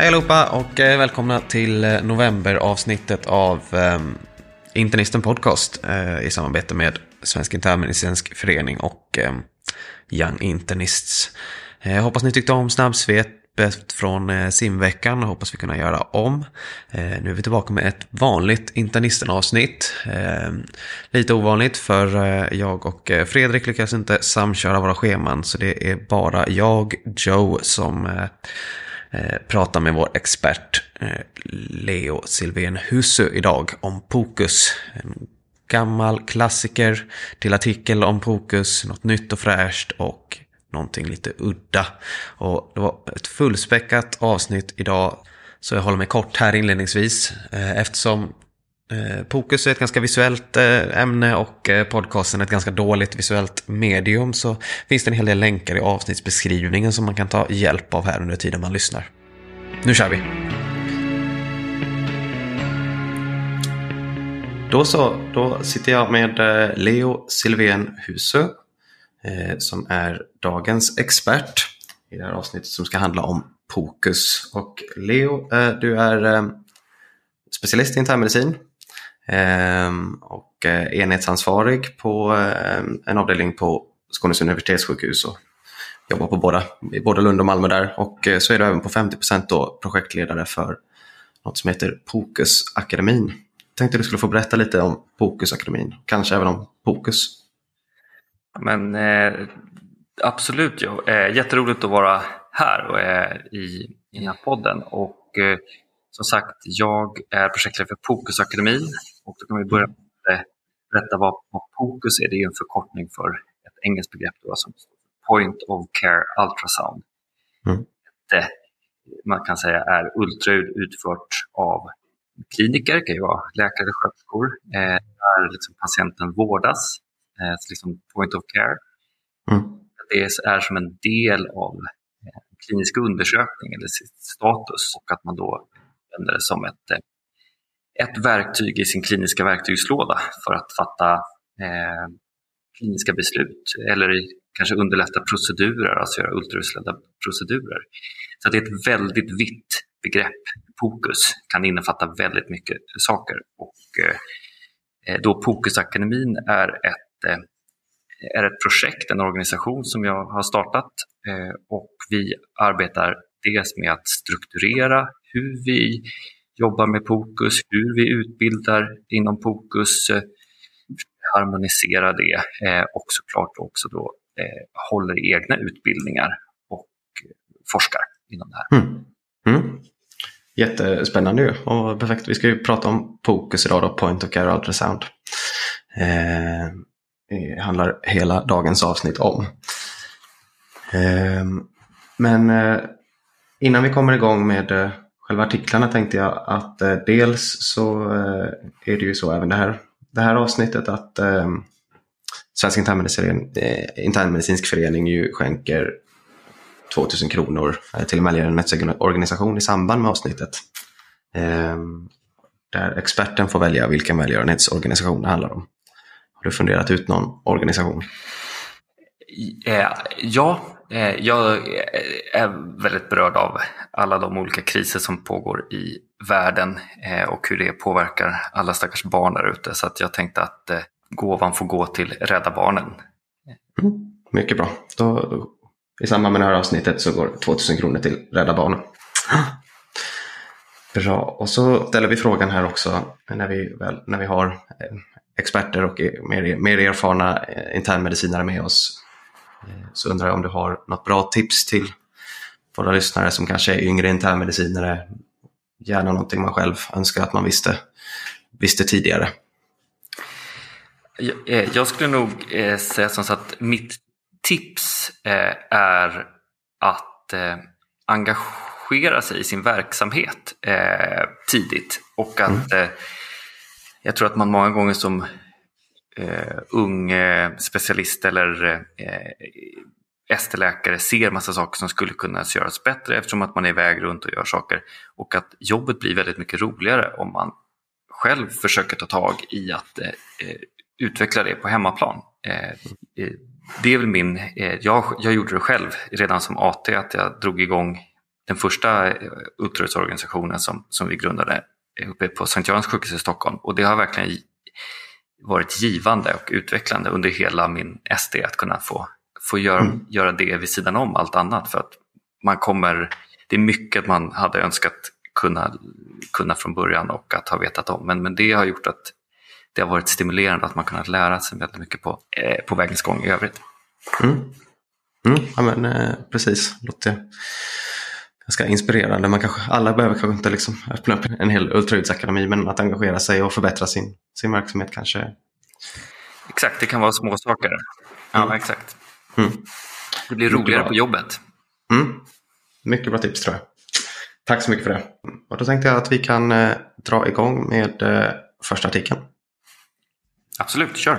Hej allihopa och välkomna till novemberavsnittet av Internisten podcast i samarbete med Svensk Internmedicinsk förening och Young Internists. Jag hoppas ni tyckte om snabbsvepet från simveckan och hoppas vi kunna göra om. Nu är vi tillbaka med ett vanligt Internisten-avsnitt. Lite ovanligt för jag och Fredrik lyckas inte samköra våra scheman, så det är bara jag, Joe, som pratar med vår expert Leo Silvén Husö idag om POCUS. En gammal klassiker till artikel om POCUS, något nytt och fräscht och någonting lite udda. Och det var ett fullspäckat avsnitt idag, så jag håller mig kort här inledningsvis. Eftersom POCUS är ett ganska visuellt ämne och podcasten är ett ganska dåligt visuellt medium, så finns det en hel del länkar i avsnittsbeskrivningen som man kan ta hjälp av här under tiden man lyssnar. Nu kör vi! Då sitter jag med Leo Silvén Husö som är dagens expert i det här avsnittet som ska handla om POCUS. Och Leo, du är specialist i internmedicin och enhetsansvarig på en avdelning på Skånes universitetssjukhus och jobbar på både Lund och Malmö där, och så är du även på 50% då projektledare för något som heter POCUS-akademin. Jag tänkte du skulle få berätta lite om POCUS-akademin, kanske även om POCUS. Men absolut, jätteroligt att vara här och är i den här podden. Och som sagt, jag är projektledare för POCUS-akademin, och då kan vi börja med berätta vad POCUS är. Det är en förkortning för ett engelskt begrepp då, som Point of Care Ultrasound. Man kan säga är ultraljud utfört av kliniker, det kan ju vara läkare och sköterskor, där liksom patienten vårdas, liksom point of care. Det är som en del av klinisk undersökning eller sitt status, och att man då använder det som ett verktyg i sin kliniska verktygslåda för att fatta kliniska beslut eller kanske underlätta procedurer, alltså göra ultraljudsledda procedurer. Så det är ett väldigt vitt begrepp. POCUS kan innefatta väldigt mycket saker, och då POCUS-akademin är ett projekt, en organisation som jag har startat, och vi arbetar dels med att strukturera hur vi jobbar med POCUS, hur vi utbildar inom POCUS, harmonisera det, och såklart också då håller egna utbildningar och forskar inom det här. Jättespännande ju, och perfekt. Vi ska ju prata om POCUS idag då, Point of Care Ultrasound. Det handlar hela dagens avsnitt om. Men innan vi kommer igång med själva artiklarna tänkte jag att dels så är det ju så även det här avsnittet att Svensk Internmedicinsk förening ju skänker 2000 kronor till en välgörenhetsorganisation i samband med avsnittet. Där experten får välja vilken välgörenhetsorganisation det handlar om. Har du funderat ut någon organisation? Ja, jag är väldigt berörd av alla de olika kriser som pågår i världen och hur det påverkar alla stackars barn där ute. Så att jag tänkte att gåvan får gå till Rädda Barnen. Mycket bra. Då, i samband med det här avsnittet så går 2000 kronor till Rädda Barnen. Bra. Och så ställer vi frågan här också när vi har experter och mer erfarna internmedicinare med oss. Så undrar jag om du har något bra tips till våra lyssnare som kanske är yngre internmedicinare. Gärna någonting man själv önskar att man visste tidigare. Jag skulle nog säga som så att mitt tips är att engagera sig i sin verksamhet tidigt, och att jag tror att man många gånger som ung specialist eller ST-läkare ser massa saker som skulle kunna göras bättre, eftersom att man är iväg runt och gör saker, och att jobbet blir väldigt mycket roligare om man själv försöker ta tag i att utveckla det på hemmaplan. Det är väl jag gjorde det själv redan som AT, att jag drog igång den första ultraljudsorganisationen som vi grundade uppe på Sankt Görans sjukhus i Stockholm. Och det har verkligen varit givande och utvecklande under hela min SD att kunna få göra det vid sidan om allt annat. För att det är mycket man hade önskat kunna från början och att ha vetat om. Men det har gjort att det har varit stimulerande att man kunnat lära sig väldigt mycket på vägens gång i övrigt. Ja, men precis. Låter ganska inspirerande. Alla behöver kanske inte liksom öppna upp en hel ultraljudsakademi, men att engagera sig och förbättra sin verksamhet kanske. Exakt, det kan vara små saker. Ja, exakt. Det blir roligare på jobbet. Mycket bra tips, tror jag. Tack så mycket för det. Och då tänkte jag att vi kan dra igång med första artikeln. Absolut, kör.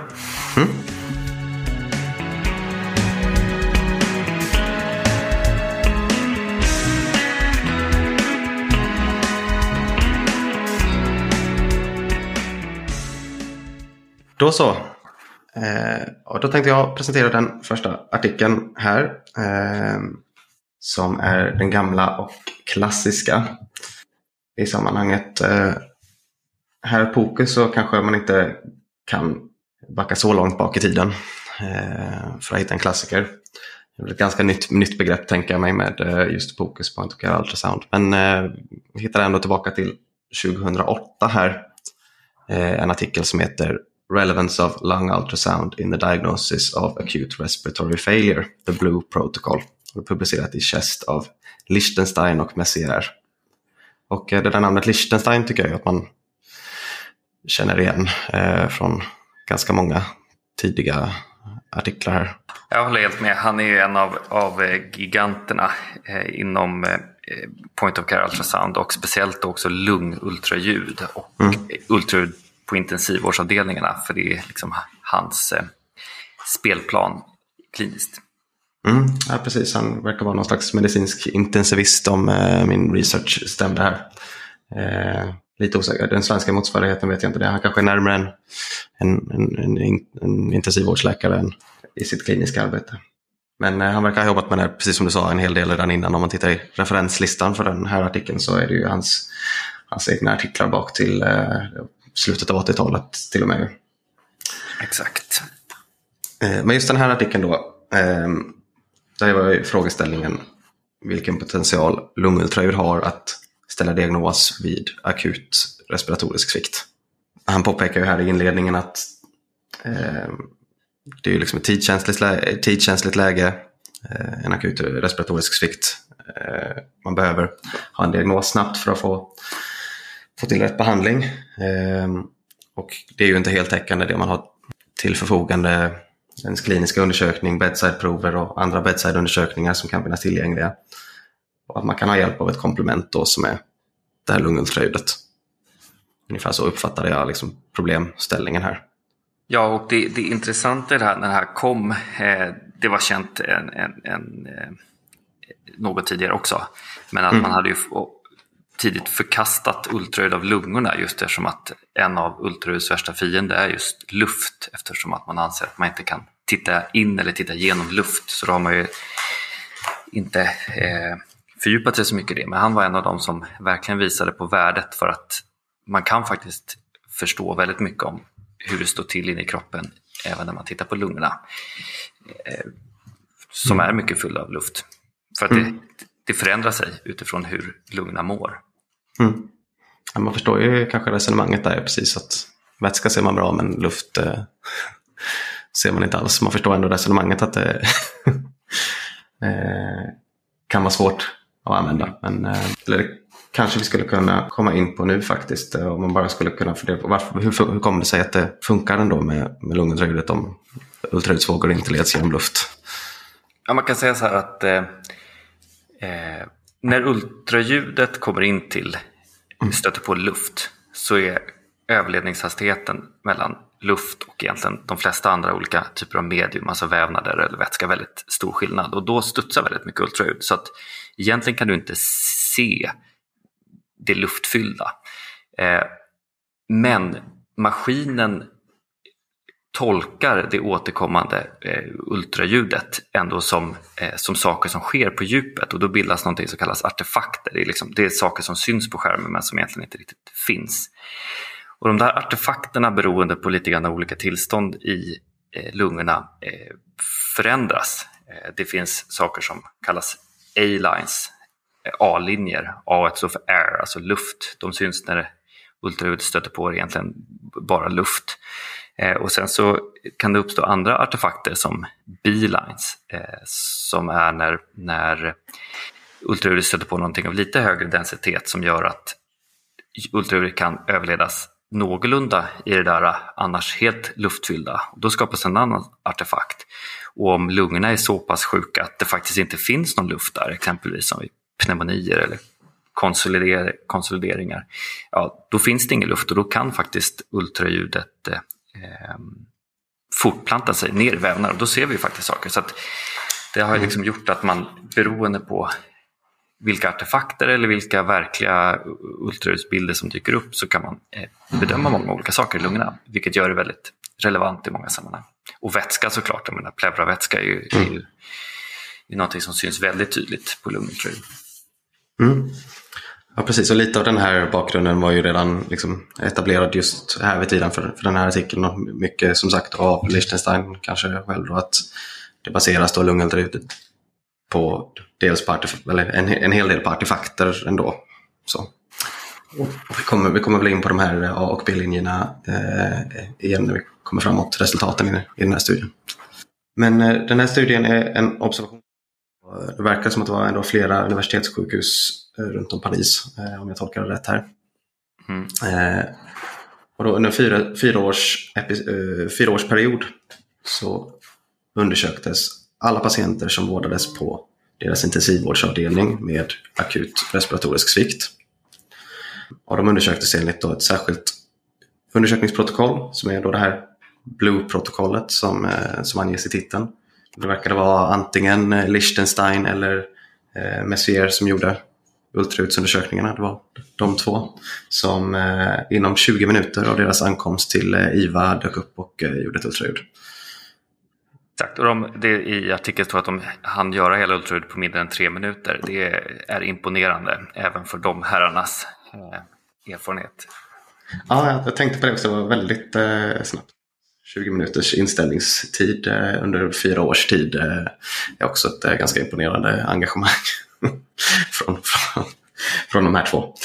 Då så. Och då tänkte jag presentera den första artikeln här. Som är den gamla och klassiska i sammanhanget. Här är Pokus, så kanske man inte kan backa så långt bak i tiden för att hitta en klassiker. Det är ett ganska nytt begrepp, tänker jag mig, med just Pokus, point of care ultrasound. Men vi hittar ändå tillbaka till 2008 här. En artikel som heter Relevance of Lung Ultrasound in the Diagnosis of Acute Respiratory Failure, The Blue Protocol. Det är publicerat i Chest av Lichtenstein och Messier. Och det där namnet Lichtenstein tycker jag att man känner igen från ganska många tidiga artiklar här. Jag håller helt med. Han är ju en av giganterna inom point of care ultrasound, och speciellt också lungultraljud och ultraljud på intensivvårdsavdelningarna, för det är liksom hans spelplan kliniskt. Ja, precis. Han verkar vara någon slags medicinsk intensivist, om min research stämde här. Lite osäker. Den svenska motsvarigheten vet jag inte. Han kanske är närmare en intensivvårdsläkare i sitt kliniska arbete. Men han verkar ha jobbat med det, precis som du sa, en hel del redan innan. Om man tittar i referenslistan för den här artikeln så är det ju hans egna artiklar bak till slutet av 80-talet till och med. Exakt. Men just den här artikeln då, där var ju frågeställningen vilken potential lungultraljud har att ställa diagnos vid akut respiratorisk svikt. Han påpekar ju här i inledningen att det är ju liksom ett tidskänsligt läge, en akut respiratorisk svikt. Man behöver ha en diagnos snabbt för att få till rätt behandling. Och det är ju inte helt täckande det man har till förfogande. En kliniska undersökning, bedside-prover och andra bedside-undersökningar som kan finnas tillgängliga. Och att man kan ha hjälp av ett komplement då som är det här lungultraljudet. Ungefär så uppfattade jag liksom problemställningen här. Ja, och det intressanta är det här, när det här kom, det var känt något tidigare också. Men att man hade ju tidigt förkastat ultraljud av lungorna, just eftersom att en av ultraljuds värsta fiender är just luft, eftersom att man anser att man inte kan titta in eller titta genom luft. Så då har man ju inte fördjupat sig så mycket i det. Men han var en av dem som verkligen visade på värdet, för att man kan faktiskt förstå väldigt mycket om hur det står till inne i kroppen även när man tittar på lungorna, som är mycket fulla av luft. För att det förändrar sig utifrån hur lungorna mår. Ja, man förstår ju kanske resonemanget där, precis, att vätska ser man bra men luft ser man inte alls. Man förstår ändå resonemanget att det kan vara svårt att använda. Men, eller det kanske vi skulle kunna komma in på nu faktiskt, om man bara skulle kunna fundera på hur kommer det sig att det funkar ändå med lungultraljudet om ultraljudsvågor inte leds genom luft? Ja, man kan säga så här att när ultraljudet kommer in till stöter på luft, så är överledningshastigheten mellan luft och egentligen de flesta andra olika typer av medium, alltså vävnader eller vätska, väldigt stor skillnad. Och då studsar väldigt mycket ultraljud. Så att egentligen kan du inte se det luftfyllda. Men maskinen tolkar det återkommande ultraljudet ändå som saker som sker på djupet, och då bildas någonting som kallas artefakter. Det är saker som syns på skärmen men som egentligen inte riktigt finns. Och de där artefakterna, beroende på lite grann olika tillstånd i lungorna, förändras. Det finns saker som kallas A-lines, A-linjer. A står för air, alltså luft. De syns när ultraljudet stöter på egentligen bara luft. Och sen så kan det uppstå andra artefakter som B-lines, som är när ultraljudet stöter på någonting av lite högre densitet, som gör att ultraljudet kan överledas någorlunda i det där annars helt luftfyllda. Då skapas en annan artefakt. Och om lungorna är så pass sjuka att det faktiskt inte finns någon luft där, exempelvis som vid pneumonier eller konsolideringar, ja, då finns det ingen luft, och då kan faktiskt ultraljudet fortplanta sig ner i vävnader, och då ser vi faktiskt saker. Så att det har liksom gjort att man, beroende på vilka artefakter eller vilka verkliga ultraljudsbilder som dyker upp, så kan man bedöma många olika saker i lungorna, vilket gör det väldigt relevant i många sammanhang. Och vätska såklart, jag menar, pleuravätska är ju någonting som syns väldigt tydligt på lungultraljud. Ja, precis. Och lite av den här bakgrunden var ju redan liksom etablerad just här vid tiden för den här artikeln, och mycket som sagt av Lichtenstein kanske själv då, att det baseras då lungultraljudet på dels en hel del på artefakter ändå. Så. Och vi kommer väl in på de här A- och B-linjerna igen när vi kommer framåt resultaten i den här studien. Men den här studien är en observation. Det verkar som att det var ändå flera universitetssjukhus runt om Paris, om jag tolkar det rätt här. Och då under en fyraårsperiod så undersöktes alla patienter som vårdades på deras intensivvårdsavdelning med akut respiratorisk svikt. Och de undersöktes enligt då ett särskilt undersökningsprotokoll, som är då det här Blue-protokollet som anges i titeln. Det verkade vara antingen Lichtenstein eller Messier som gjorde ultraljudsundersökningarna. Det var de två som inom 20 minuter av deras ankomst till IVA dök upp och gjorde ett ultraljud. Exakt, och det i artikeln står att de hann göra hela ultraljud på mindre än 3 minuter. Det är imponerande även för de herrarnas erfarenhet. Ja, jag tänkte på det också, det var väldigt snabbt. 20 minuters inställningstid under 4 års tid är också ett ganska imponerande engagemang från de här två.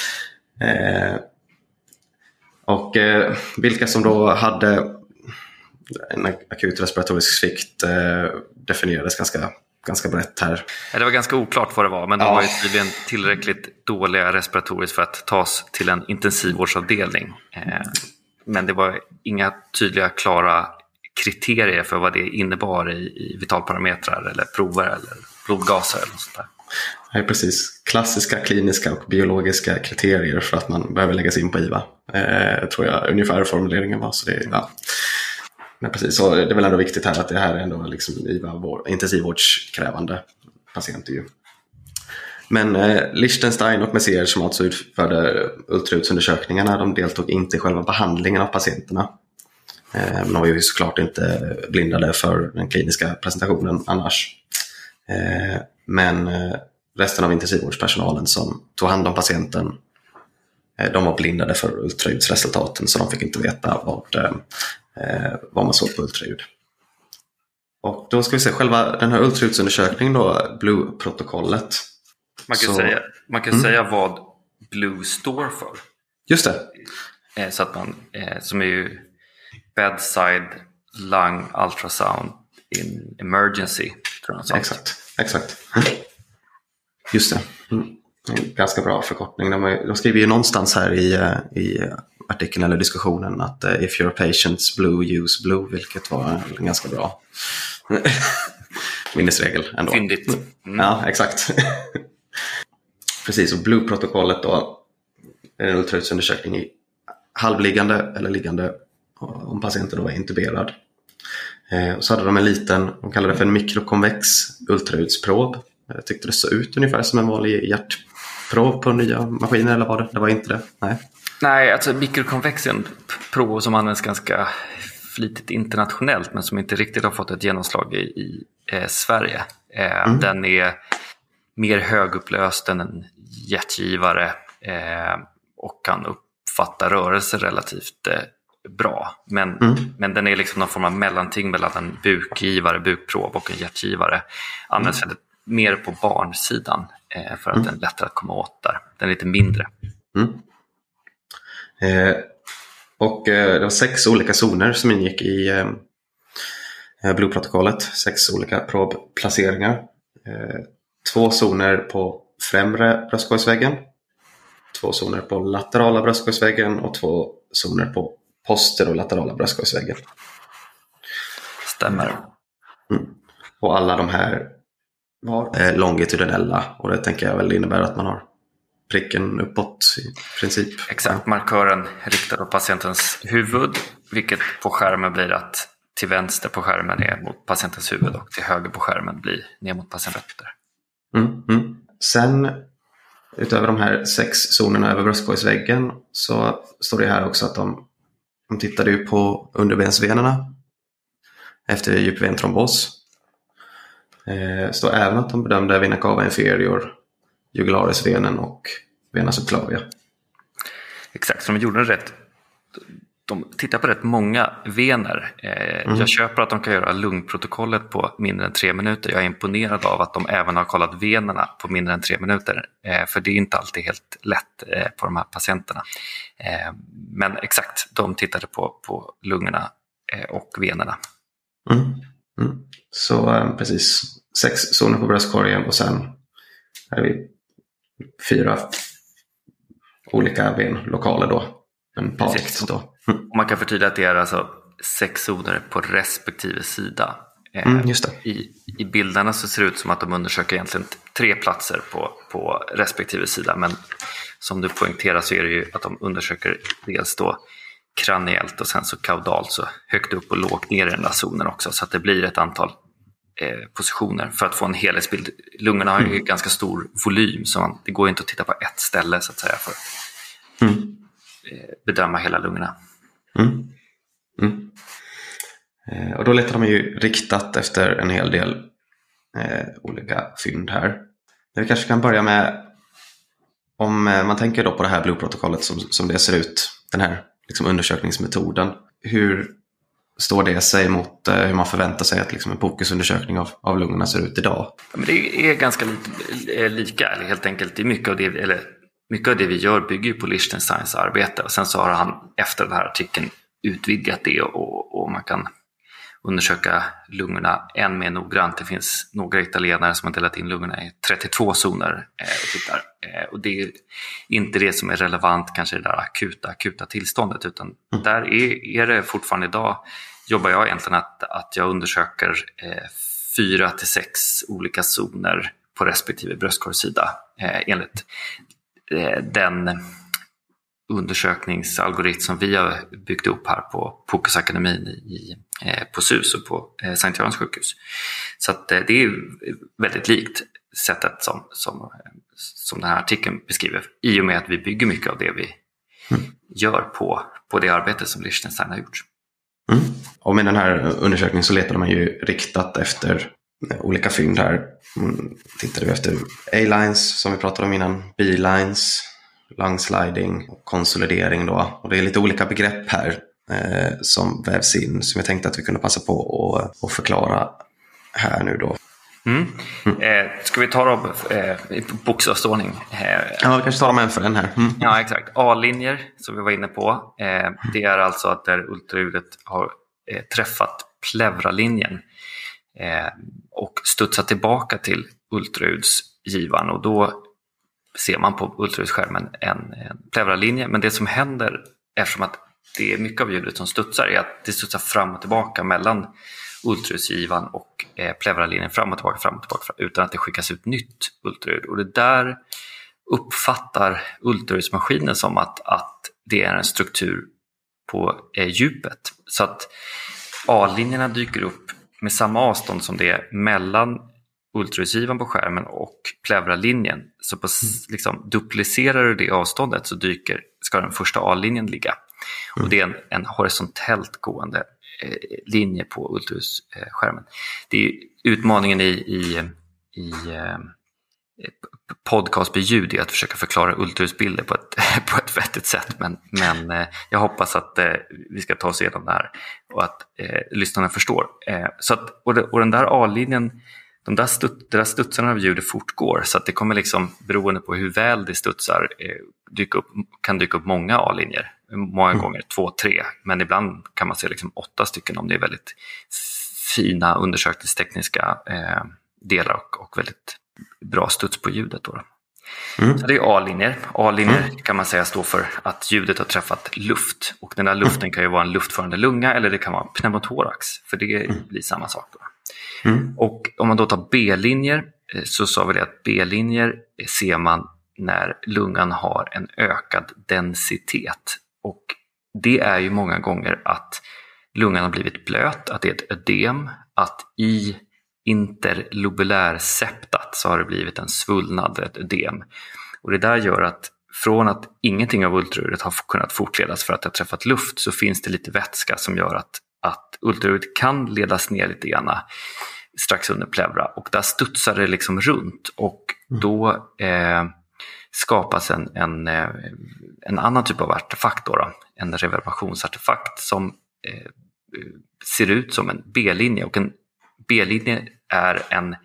Och vilka som då hade en akut respiratorisk svikt definierades ganska brett här. Det var ganska oklart vad det var, men de var ju tydligen tillräckligt dåliga respiratoriskt för att tas till en intensivvårdsavdelning. Men det var inga tydliga, klara kriterier för vad det innebar i vitalparametrar eller prover eller blodgaser eller sånt där. Nej, precis. Klassiska kliniska och biologiska kriterier för att man behöver läggas in på IVA. Tror jag ungefär formuleringen var. Så det, ja. Men precis, så det är väl ändå viktigt här att det här är ändå liksom IVA, intensivvårdskrävande patienter ju. Men Lichtenstein och Messier, som alltså utförde ultraljudsundersökningarna, de deltog inte i själva behandlingen av patienterna. De var ju såklart inte blindade för den kliniska presentationen annars. Men resten av intensivvårdspersonalen som tog hand om patienten, de var blindade för ultraljudsresultaten, så de fick inte veta vad man såg på ultraljud. Och då ska vi se själva den här ultraljudsundersökningen då, Blue-protokollet. Man kan säga vad Blue står för. Just det. Så att som är ju Bedside Lung Ultrasound in Emergency, tror jag. Exakt. Just det. Ganska bra förkortning. De skriver ju någonstans här i artikeln eller diskussionen att if your patient's blue, use blue, vilket var en ganska bra minnesregel ändå. Fyndigt. Ja, exakt. Precis, och Blue-protokollet då är en ultraljudsundersökning i halvliggande eller liggande om patienten då var intuberad. Och så hade de en liten, de kallade det för en mikrokonvex ultraljudsprov. Jag tyckte det såg ut ungefär som en vanlig hjärtprov på nya maskiner, eller var det? Det var inte det? Nej, alltså mikrokonvex är en prov som används ganska flitigt internationellt men som inte riktigt har fått ett genomslag i Sverige. Den är mer högupplöst än en hjärtgivare och kan uppfatta rörelser relativt bra. Men den är liksom någon form av mellanting mellan en bukgivare, bukprov och en hjärtgivare. Används väldigt mer på barnsidan för att den är lättare att komma åt där. Den är lite mindre. Och det var 6 olika zoner som ingick i blodprotokollet. 6 olika probplaceringar. 2 zoner på främre bröstkorgsväggen, 2 zoner på laterala bröstkorgsväggen och 2 zoner på posterolaterala bröstkorgsväggen. Stämmer. Och alla de här var longitudinella, och det tänker jag väl innebär att man har pricken uppåt i princip. Exakt, markören riktad på patientens huvud, vilket på skärmen blir att till vänster på skärmen är mot patientens huvud och till höger på skärmen blir ner mot patientens fötter. Sen utöver de här 6 zonerna över bröstkorgsväggen så står det här också att de tittade ju på underbensvenerna efter djupventrombos. Står även att de bedömde vena cava inferior, jugularisvenen och vena subclavia. Exakt, så de gjorde rätt. De tittar på rätt många vener. Jag köper att de kan göra lungprotokollet på mindre än 3 minuter. Jag är imponerad av att de även har kollat venerna på mindre än 3 minuter. För det är inte alltid helt lätt på de här patienterna. Men exakt, de tittade på lungorna och venerna. Så precis, 6 zoner på bröstkorgen och sen är vi 4 olika venlokaler då. En part då. Och man kan förtydliga att det är alltså 6 zoner på respektive sida. Just det. I bilderna så ser det ut som att de undersöker egentligen 3 platser på respektive sida. Men som du poängterar så är det ju att de undersöker dels då kraniellt och sen så kaudalt, så högt upp och lågt ner i den där zonen också. Så att det blir ett antal positioner för att få en helhetsbild. Lungorna har ju ganska stor volym, så det går inte att titta på ett ställe så att säga för att bedöma hela lungorna. Och då letar de ju riktat efter en hel del olika fynd här. Vi kanske kan börja med, om man tänker då på det här blodprotokollet som det ser ut, den här liksom undersökningsmetoden. Hur står det sig mot hur man förväntar sig att liksom en fokusundersökning av lungorna ser ut idag? Men det är ganska lika, eller helt enkelt. Det är mycket av det vi gör bygger på Lichtensteins arbete. Och sen så har han efter den här artikeln utvidgat det och man kan undersöka lungorna än mer noggrant. Det finns några italienare som har delat in lungorna i 32 zoner och tittar. Och det är inte det som är relevant kanske det där akuta tillståndet, utan där är det fortfarande idag jobbar jag egentligen att jag undersöker 4 till 6 olika zoner på respektive bröstkorgssida enligt den undersökningsalgoritm som vi har byggt upp här på Fokusakademin på SUS och på Sankt Görans sjukhus. Så att det är väldigt likt sättet som den här artikeln beskriver, i och med att vi bygger mycket av det vi gör på det arbete som Lichtenstein har gjort. Och med den här undersökningen så letade man ju riktat efter olika fynd här. Tittade vi efter A-lines som vi pratade om innan, B-lines, lung sliding och konsolidering då. Och det är lite olika begrepp här som vävs in, som jag tänkte att vi kunde passa på att förklara här nu då. Ska vi ta dem i bokstavsordning? Ja, vi kanske tar dem en för en här. Ja, exakt. A-linjer som vi var inne på. Det är alltså att där ultraljudet har träffat pleuralinjen och studsat tillbaka till ultraljudsgivaren, och då ser man på ultraljudsskärmen en pleuralinje. Men det som händer, eftersom att det är mycket av ljudet som studsar, är att det studsar fram och tillbaka mellan ultraljudsgivaren och pleuralinjen, fram och tillbaka, utan att det skickas ut nytt ultraljud. Och det där uppfattar ultraljudsmaskinen som att det är en struktur på djupet. Så att A-linjerna dyker upp med samma avstånd som det är mellan ultraljudsgivaren på skärmen och pleuralinjen. Så liksom, duplicerar du det avståndet så ska den första A-linjen ligga. Och det är en horisontellt gående linje på ultraljudsskärmen. Det är utmaningen i podcast på ljud är att försöka förklara ultraljudsbilder på ett vettigt sätt, men jag hoppas att vi ska ta oss igenom det här och att lyssnarna förstår. Så att, och den där A-linjen, de där studsarna av ljudet fortgår, så att det kommer liksom, beroende på hur väl det studsar, kan dyka upp många A-linjer. Många gånger 2, 3, men ibland kan man se liksom 8 stycken om det är väldigt fina undersökningstekniska delar och väldigt bra studs på ljudet då. Så det är A-linjer. A-linjer kan man säga står för att ljudet har träffat luft, och den där luften kan ju vara en luftförande lunga eller det kan vara pneumotorax, för det blir samma sak då. Och om man då tar B-linjer, så sa vi det att B-linjer ser man när lungan har en ökad densitet, och det är ju många gånger att lungan har blivit blöt, att det är ett ödem, att i interlobulärseptat så har det blivit en svullnad, ett ödem. Och det där gör att från att ingenting av ultraljudet har kunnat fortledas för att det har träffat luft, så finns det lite vätska som gör att ultraljudet kan ledas ner lite grann strax under pleura, och där studsar det liksom runt, och då skapas en annan typ av artefakt då, en reverbationsartefakt som ser ut som en B-linje, och en B-linje är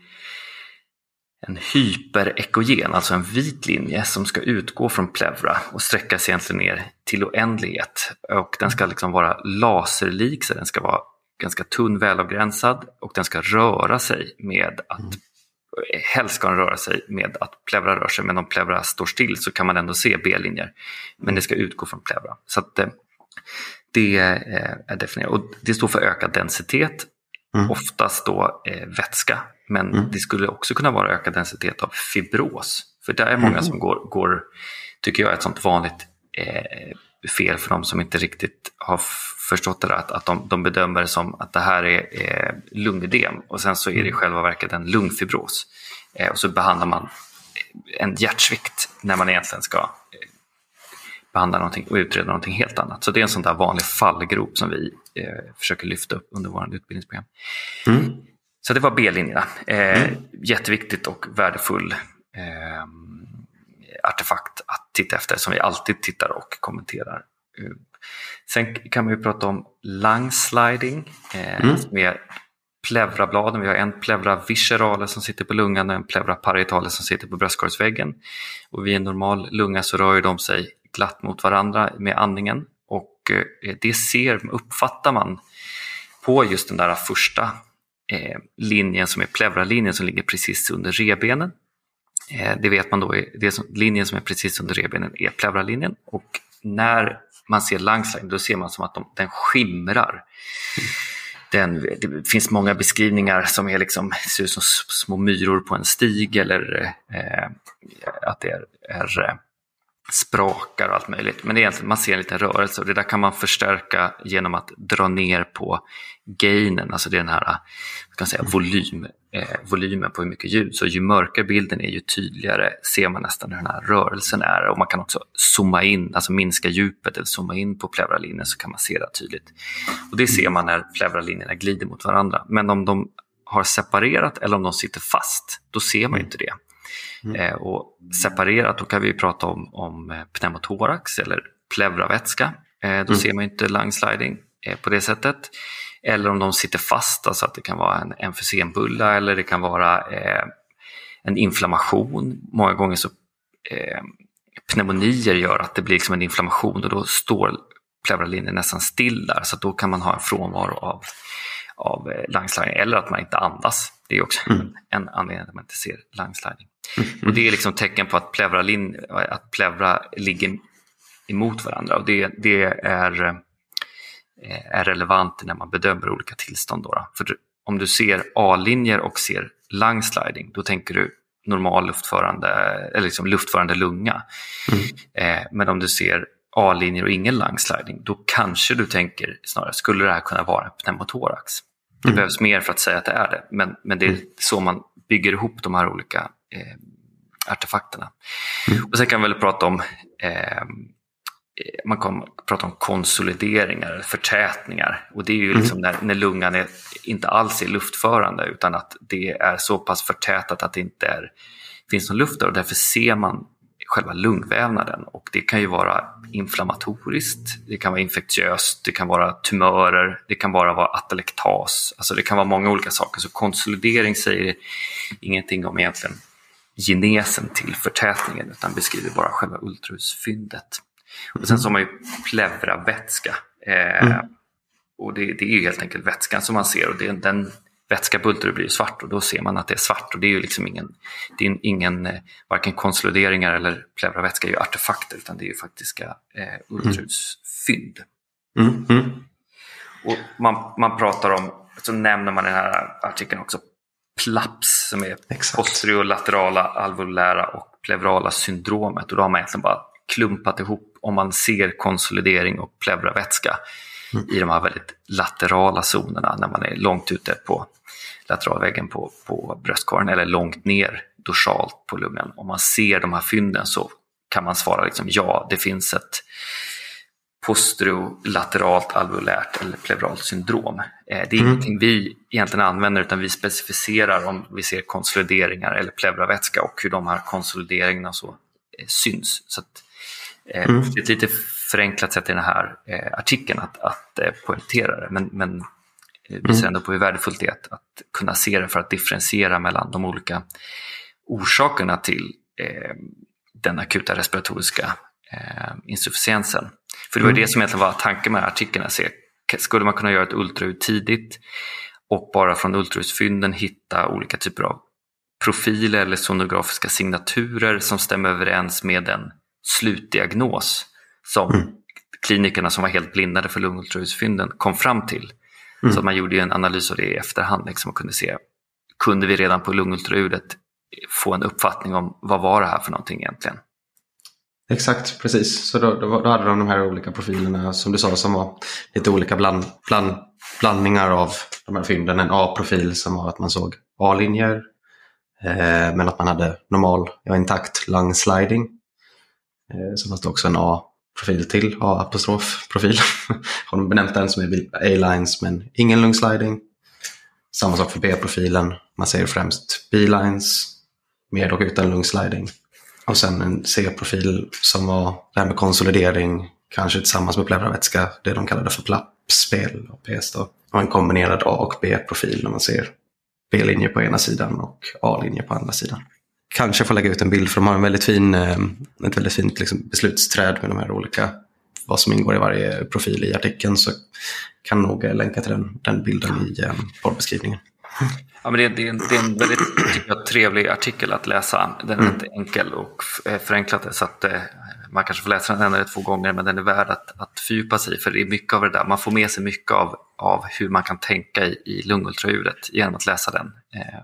en hyperekogen, alltså en vit linje som ska utgå från pleura och sträcka sig egentligen ner till oändlighet, och den ska liksom vara laserlik, så den ska vara ganska tunn, välavgränsad, och den ska röra sig med att helst ska den röra sig med att pleura rör sig, men om pleura står still så kan man ändå se B-linjer, men det ska utgå från pleura. Så att det är definierat, och det står för ökad densitet, oftast då vätska, men det skulle också kunna vara ökad densitet av fibros, för det är många som går tycker jag är ett sånt vanligt fel för de som inte riktigt har förstått det där, att de bedömer det som att det här är lungödem, och sen så är det i själva verket en lungfibros, och så behandlar man en hjärtsvikt när man egentligen ska behandla någonting och utreda någonting helt annat. Så det är en sån där vanlig fallgrop som vi försöker lyfta upp under vårt utbildningsprogram. Så det var B-linjerna. Jätteviktigt och värdefull artefakt att titta efter, som vi alltid tittar och kommenterar. Sen kan man ju prata om lung sliding, som är pleurabladen. Vi har en pleura viscerale som sitter på lungan och en pleura parietale som sitter på bröstkorgsväggen. Och vid en normal lunga så rör de sig glatt mot varandra med andningen, och det uppfattar man på just den där första linjen som är pleuralinjen som ligger precis under revbenen. Det vet man då, linjen som är precis under revbenen är pleuralinjen, och när man ser lung sliding då ser man som att den skimrar. Det finns många beskrivningar som är liksom, ser ut som små myror på en stig, eller att det är sprakar och allt möjligt. Men det är egentligen, man ser en liten rörelse, och det där kan man förstärka genom att dra ner på gainen, alltså det är den här, kan säga, volymen på hur mycket ljud. Så ju mörkare bilden är, ju tydligare ser man nästan hur den här rörelsen är, och man kan också zooma in, alltså minska djupet eller zooma in på pleuralinjen, så kan man se det tydligt. Och det ser man när pleuralinjerna glider mot varandra. Men om de har separerat eller om de sitter fast, då ser man ju inte det. Och separerat, då kan vi prata om pneumotorax eller pleuravätska. Då ser man inte lung sliding på det sättet. Eller om de sitter fast, alltså att det kan vara en emfysembulla, eller det kan vara en inflammation. Många gånger så pneumonier gör att det blir liksom en inflammation, och då står pleuralinjen nästan still där, så att då kan man ha en frånvaro av lung sliding, eller att man inte andas. Det är också en anledning att man inte ser lung sliding. Och det är liksom tecken på att pleura ligger emot varandra, och det är relevant när man bedömer olika tillstånd då. För om du ser A-linjer och ser lung sliding, då tänker du normal luftförande, eller liksom luftförande lunga. Men om du ser A-linjer och ingen lung sliding, då kanske du tänker snarare, skulle det här kunna vara en pneumotorax? Det behövs mer för att säga att det är det, men det är så man bygger ihop de här olika artefakterna. Och sen kan vi väl prata om man kan prata om konsolideringar, förtätningar, och det är ju liksom när lungan inte alls är luftförande utan att det är så pass förtätat att det inte finns någon luft där, och därför ser man själva lungvävnaden, och det kan ju vara inflammatoriskt, det kan vara infektiöst, det kan vara tumörer, det kan bara vara atelektas, alltså det kan vara många olika saker. Så konsolidering säger ingenting om egentligen genesen till förtätningen utan beskriver bara själva ultraljudsfyndet. Och sen så har man ju pleuravätska, och det är ju helt enkelt vätskan som man ser, och den vätska på ultraljud blir svart, och då ser man att det är svart, och det är ju liksom ingen varken konsolideringar eller pleuravätska är ju artefakter, utan det är ju faktiska ultraljudsfynd. Och man pratar om, så nämner man i den här artikeln också PLAPS, som är posterolaterala alveolära och pleurala syndromet, och då har man egentligen bara klumpat ihop om man ser konsolidering och pleuravätska i de här väldigt laterala zonerna när man är långt ute på lateralväggen på bröstkorgen eller långt ner dorsalt på lungan. Om man ser de här fynden så kan man svara liksom, ja, det finns ett posterolateralt alveolärt eller pleuralt syndrom. Det är ingenting vi egentligen använder, utan vi specificerar om vi ser konsolideringar eller pleuravätska och hur de här konsolideringarna så syns. Så att, det är ett lite förenklat sätt i den här artikeln att poängtera det, men visar ändå på hur värdefullt det är att kunna se det för att differentiera mellan de olika orsakerna till den akuta respiratoriska insufficiensen. För det var det som egentligen var tanken med artikeln, att se, skulle man kunna göra ett ultraljud tidigt och bara från ultraljudsfynden hitta olika typer av profiler eller sonografiska signaturer som stämmer överens med den slutdiagnos som klinikerna som var helt blindade för lungultraljudsfynden kom fram till. Så att man gjorde en analys av det i efterhand liksom, och kunde se, kunde vi redan på lungultraljudet få en uppfattning om vad var det här för någonting egentligen. Exakt, precis. Så då hade de här olika profilerna som du sa, som var lite olika blandningar av de här fynden. En A-profil som var att man såg A-linjer, men att man hade intakt lung sliding. Så fanns det också en A-profil till, A-apostrof-profil. Har de benämnt den som är A-lines men ingen lung sliding. Samma sak för B-profilen. Man ser främst B-lines med och utan lung sliding. Och sen en C-profil som var det här med konsolidering, kanske tillsammans med pleuravätska, det de kallade för PLAP-spel och PS då. Och en kombinerad A- och B-profil när man ser B-linje på ena sidan och A-linje på andra sidan. Kanske får lägga ut en bild, för de har ett väldigt fint liksom beslutsträd med de här olika, vad som ingår i varje profil i artikeln, så kan nog länka till den bilden i poddbeskrivningen. Ja, men det är en väldigt trevlig artikel att läsa. Den är inte enkel och förenklad, så att man kanske får läsa den en eller två gånger, men den är värd att fördjupa sig, för det är mycket av det där. Man får med sig mycket av hur man kan tänka i lungultraljudet genom att läsa den.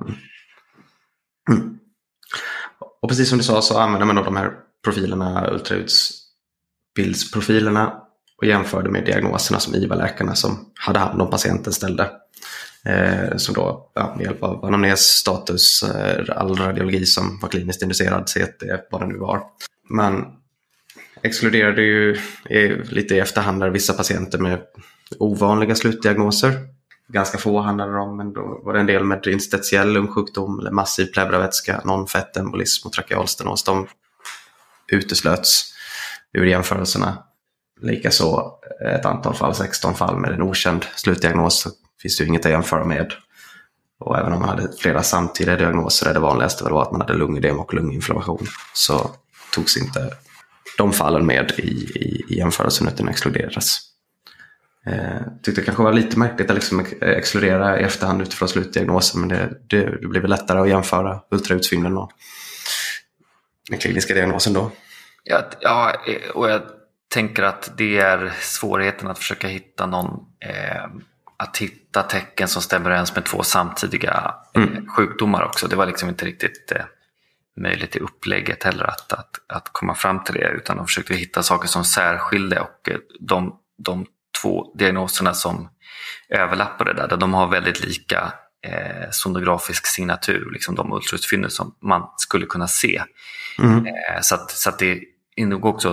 Och precis som du sa så använder man då de här profilerna, ultraljudsbildsprofilerna, och jämförde med diagnoserna som IVA-läkarna som hade hand om patienten ställde. Som då med hjälp av anamnes, status, all radiologi som var kliniskt inducerad, CT, vad det nu var. Man exkluderade ju lite i efterhand där vissa patienter med ovanliga slutdiagnoser. Ganska få handlade det om, men då var det en del med interstitiell lungsjukdom eller massiv pleuravätska, non-fettembolism och trakealstenos. De uteslöts ur jämförelserna. Likaså ett antal fall, 16 fall med en okänd slutdiagnos, finns det ju inget att jämföra med. Och även om man hade flera samtidiga diagnoser där det vanligaste var att man hade lungödem och lunginflammation, så togs inte de fallen med i jämförelsen, utan exkluderades. Tyckte det kanske var lite märkligt att liksom exkludera i efterhand utifrån slutdiagnosen, men det blir väl lättare att jämföra ultraljudsfynden och den kliniska diagnosen då. Ja, och jag tänker att det är svårigheten att försöka hitta att hitta tecken som stämmer överens med två samtidiga sjukdomar också. Det var liksom inte riktigt möjligt i upplägget heller att komma fram till det, utan de försökte hitta saker som särskilde, och de två diagnoserna som överlappade där de har väldigt lika sonografisk signatur, liksom de ultraljudsfynd som man skulle kunna se. Så att det är nog också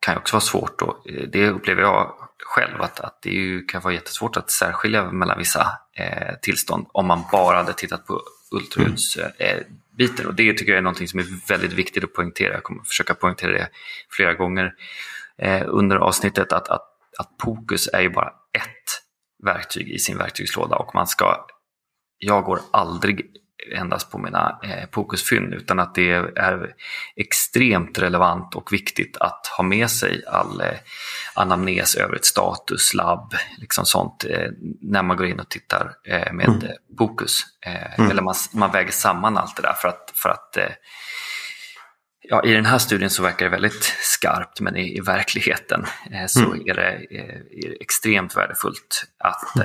kan ju också vara svårt. Och det upplever jag själv att det kan vara jättesvårt att särskilja mellan vissa tillstånd om man bara hade tittat på ultraljudsbiten. Och det tycker jag är någonting som är väldigt viktigt att poängtera. Jag kommer försöka poängtera det flera gånger under avsnittet att POCUS är ju bara ett verktyg i sin verktygslåda, och jag går aldrig endast på mina POCUS-fynd, utan att det är extremt relevant och viktigt att ha med sig all anamnes över ett status, labb, liksom sånt, när man går in och tittar med POCUS. Eller man väger samman allt det där för att ja, i den här studien så verkar det väldigt skarpt, men i verkligheten så är det extremt värdefullt att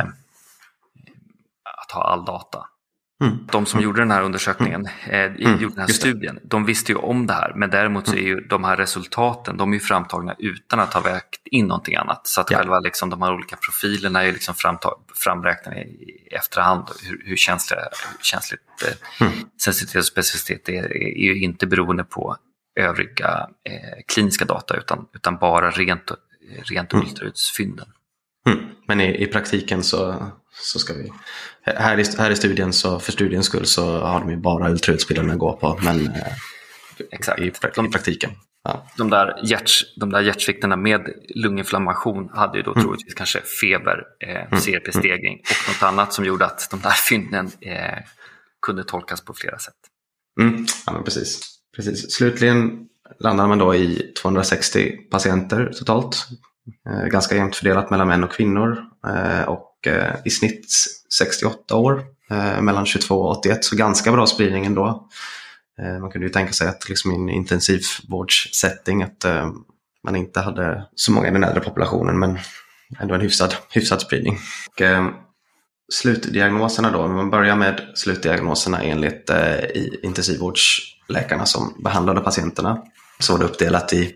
ha all data. De som gjorde den här undersökningen, gjorde den här studien, de visste ju om det här, men däremot så är ju de här resultaten, de är ju framtagna utan att ha vägt in någonting annat. Så att själva liksom, de här olika profilerna är ju liksom framräknade i efterhand. Hur känsligt sensitivitet och specificitet är ju inte beroende på övriga kliniska data, utan bara rent ultraljudsfynden. Men i praktiken så ska vi här i studien, så för studiens skull så har de ju bara ultraljudsbilderna att gå på, men exakt. I praktiken. Ja. De där hjärtsvikterna med lunginflammation hade ju då troligtvis kanske feber, CRP-stegring och något annat som gjorde att de där fynden kunde tolkas på flera sätt. Ja, men precis. Slutligen landar man då i 260 patienter totalt. Ganska jämnt fördelat mellan män och kvinnor, och i snitt 68 år, mellan 22 och 81, så ganska bra spridning ändå. Man kunde ju tänka sig att liksom i en intensivvårdssetting att man inte hade så många i den äldre populationen, men ändå en hyfsad spridning. Och slutdiagnoserna då, om man börjar med slutdiagnoserna enligt intensivvårdsläkarna som behandlade patienterna, så var det uppdelat i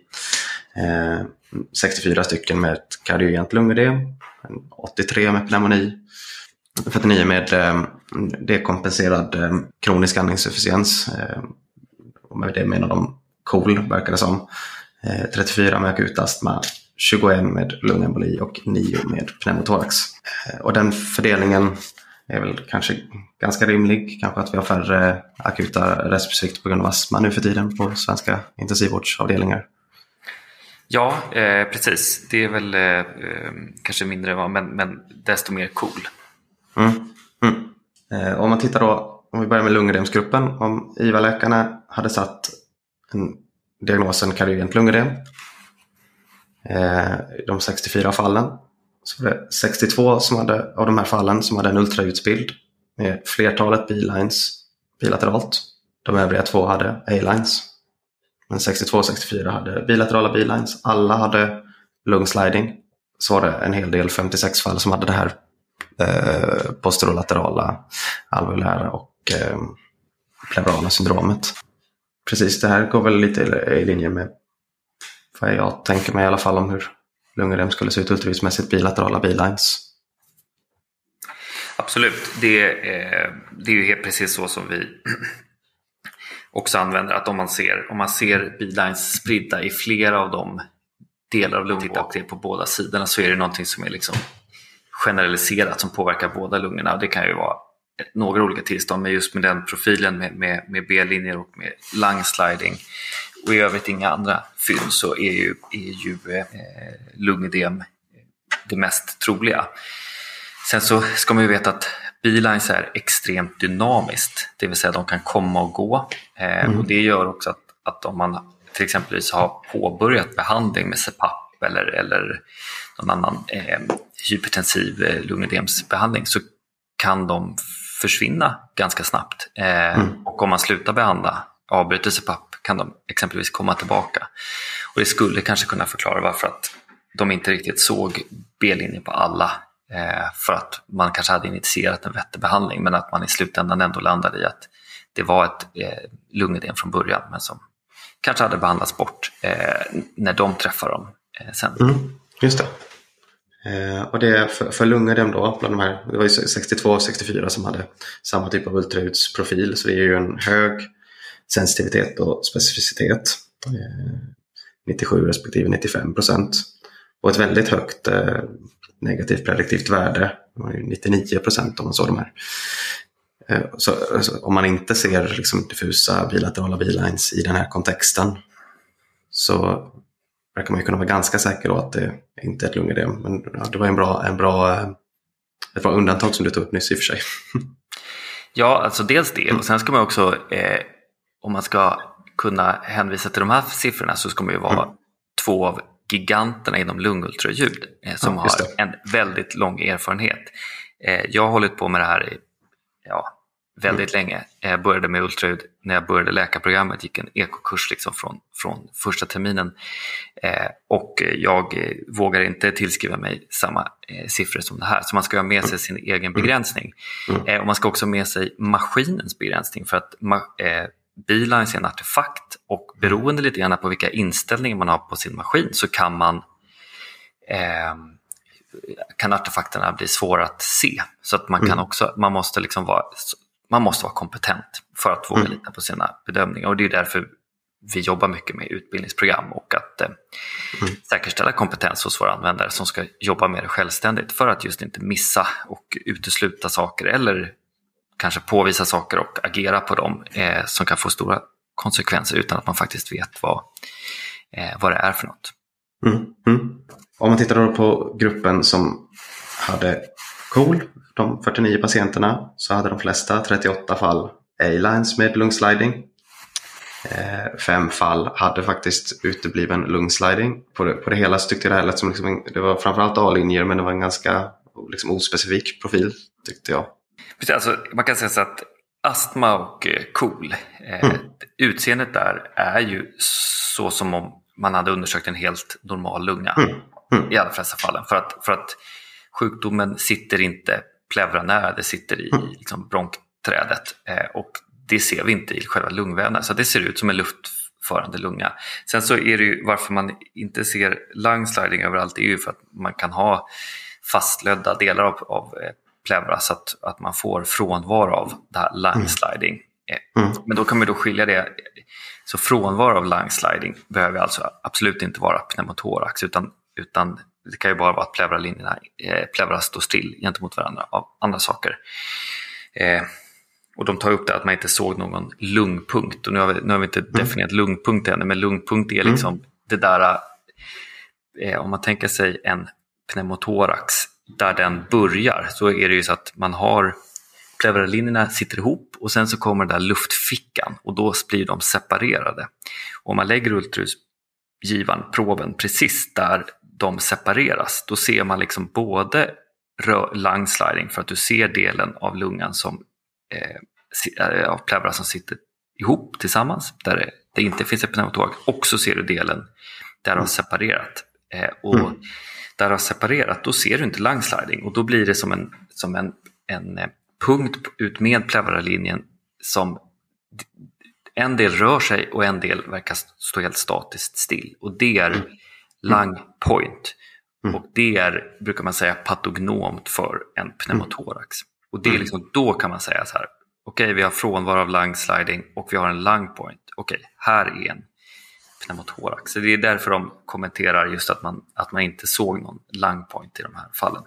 64 stycken med ett kardiogent lungödem, 83 med pneumoni, 49 med dekompenserad kronisk andningssufficiens, och med det menar de KOL, verkar det som, 34 med akut astma, 21 med lungemboli och 9 med pneumotorax. Och den fördelningen är väl kanske ganska rimlig, kanske att vi har färre akuta respirasvikt på grund av astma nu för tiden på svenska intensivvårdsavdelningar. Ja, precis. Det är väl kanske mindre, men desto mer cool. Om man tittar då, om vi börjar med lungödemsgruppen, om IVA-läkarna hade satt diagnosen kardiogent lungödem, de 64 fallen, så var det 62 av de här fallen som hade en ultraljudsbild med flertalet B-lines bilateralt. De övriga 2 hade A-lines. Men 62-64 hade bilaterala B-lines. Alla hade lungsliding. Så var det en hel del, 56 fall, som hade det här posterolaterala, alveolära och pleurala syndromet. Precis, det här går väl lite i linje med vad jag tänker mig i alla fall om hur lungödem skulle se ut ultraljudsmässigt, bilaterala B-lines. Absolut, det är ju helt precis så som vi också använder, att om man ser B-lines spridda i flera av de delar av lungorna och det är på båda sidorna, så är det någonting som är liksom generaliserat som påverkar båda lungorna. Det kan ju vara några olika tillstånd, men just med den profilen med B-linjer och med lungsliding och i övrigt inga andra fynd, så är ju lungödem det mest troliga. Sen så ska man ju veta att B-lines är extremt dynamiskt, det vill säga de kan komma och gå. Och det gör också att om man till exempel har påbörjat behandling med CPAP eller någon annan hypertensiv lungödemsbehandling, så kan de försvinna ganska snabbt. Och om man slutar behandla, avbryter CPAP, kan de exempelvis komma tillbaka. Och det skulle kanske kunna förklara varför att de inte riktigt såg B-linjer på alla, för att man kanske hade initierat en vettig behandling, men att man i slutändan ändå landade i att det var ett lungödem från början, men som kanske hade behandlats bort när de träffar dem sen. Just det. Och det för lungödem då, bland de här, det var ju 62-64 som hade samma typ av ultraljudsprofil, så det är ju en hög sensitivitet och specificitet. 97 respektive 95%. Och ett väldigt högt negativt prediktivt värde, 99% om man såg de här. Så om man inte ser liksom diffusa bilaterala bilines i den här kontexten, så verkar man ju kunna vara ganska säker på att det inte är ett lungödem. Men ja, det var ett bra undantag som du tog upp nyss i och för sig. Ja, alltså dels det. Och sen ska man också, om man ska kunna hänvisa till de här siffrorna, så ska man ju vara två av giganterna inom lungultraljud som har en väldigt lång erfarenhet. Jag har hållit på med det här väldigt länge. Jag började med ultraljud när jag började läkarprogrammet, gick en ekokurs liksom från första terminen. Och jag vågar inte tillskriva mig samma siffror som det här. Så man ska ha med sig sin egen begränsning. Och man ska också ha med sig maskinens begränsning, för att bilines är en artefakt, och beroende lite grann på vilka inställningar man har på sin maskin, så kan artefakterna bli svåra att se. Så att man måste vara kompetent för att våga lita på sina bedömningar. Och det är därför vi jobbar mycket med utbildningsprogram och att säkerställa kompetens hos våra användare som ska jobba med det självständigt, för att just inte missa och utesluta saker, eller kanske påvisa saker och agera på dem som kan få stora konsekvenser utan att man faktiskt vet vad det är för något. Om man tittar då på gruppen som hade KOL, de 49 patienterna, så hade de flesta 38 fall A-lines med lungsliding. 5 fall hade faktiskt utebliven lungsliding. På det hela så tyckte jag det här lät som det var framförallt A-linjer, men det var en ganska ospecifik profil, tyckte jag. Precis, alltså, man kan säga så att astma och KOL, utseendet där är ju så som om man hade undersökt en helt normal lunga i alla flesta fallen. För att sjukdomen sitter inte plevra nära, det sitter i liksom bronkträdet, och det ser vi inte i själva lungvävnaden, så det ser ut som en luftförande lunga. Sen så är det ju, varför man inte ser lungsliding överallt, är ju för att man kan ha fastlödda delar av plevra, så att man får frånvaro av det här lungsliding. Men då kan man då skilja det. Så frånvaro av lungsliding behöver alltså absolut inte vara pneumotorax, utan det kan ju bara vara att plevra står still gentemot varandra av andra saker. Och de tar upp det att man inte såg någon lungpunkt. Och nu har vi inte definierat lungpunkt ännu, men lungpunkt är liksom det där, om man tänker sig en pneumotorax där den börjar, så är det ju så att man har pleuralinjerna sitter ihop, och sen så kommer den där luftfickan, och då blir de separerade. Och om man lägger ultraljudsgivaren, proben, precis där de separeras, då ser man liksom både lungsliding, för att du ser delen av lungan som av pleura som sitter ihop tillsammans, där det inte finns ett pneumotorax, och så ser du delen där de har separerat. Och där de har separerat, då ser du inte lungsliding, och då blir det som en punkt ut med pleuralinjen, som en del rör sig och en del verkar stå helt statiskt still, och det är lung point. Och det är, brukar man säga, patognomt för en pneumotorax. Och det är liksom, då kan man säga så här: okej, vi har frånvaro av lungsliding och vi har en lung point. Okej, här är en pneumotorax. Så det är därför de kommenterar just att man inte såg någon lung point i de här fallen.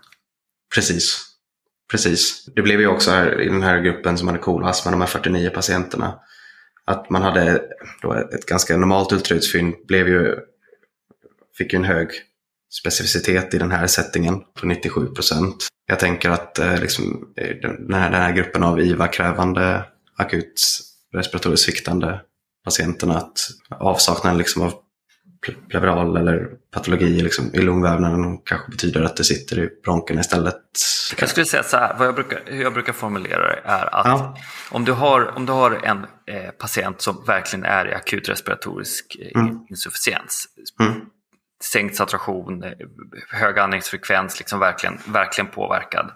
Precis. Det blev ju också här i den här gruppen som hade KOL-astma, de här 49 patienterna, att man hade då ett ganska normalt ultraljudsfynd, fick ju en hög specificitet i den här settingen på 97%. Jag tänker att den här gruppen av IVA-krävande akut respiratoriskt sviktande patienterna, att avsaknaden liksom av pleural eller patologi liksom i lungvävnaden kanske betyder att det sitter i bronken istället. Jag skulle säga så här, hur jag brukar formulera det är att om du har en patient som verkligen är i akut respiratorisk insufficiens, sänkt saturation, hög andningsfrekvens, liksom verkligen påverkad,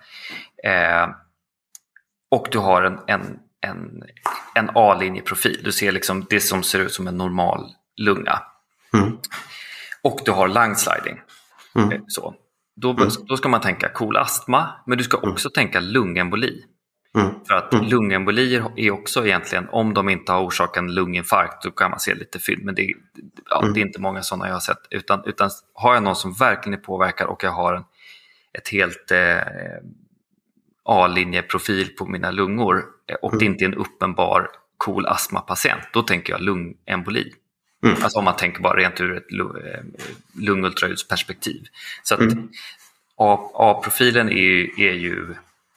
och du har en A-linjeprofil, du ser liksom det som ser ut som en normal lunga, och du har lungsliding, så då ska man tänka KOL-astma, men du ska också tänka lungemboli. För att lungembolier är också egentligen, om de inte har orsakat en lunginfarkt, då kan man se lite fynd. Men det är inte många sådana jag har sett. Utan har jag någon som verkligen är påverkad och jag har ett helt A-linjeprofil på mina lungor och det inte är en uppenbar cool astmapatient, då tänker jag lungemboli. Alltså om man tänker bara rent ur ett lungultraljudsperspektiv. Så att A-profilen är ju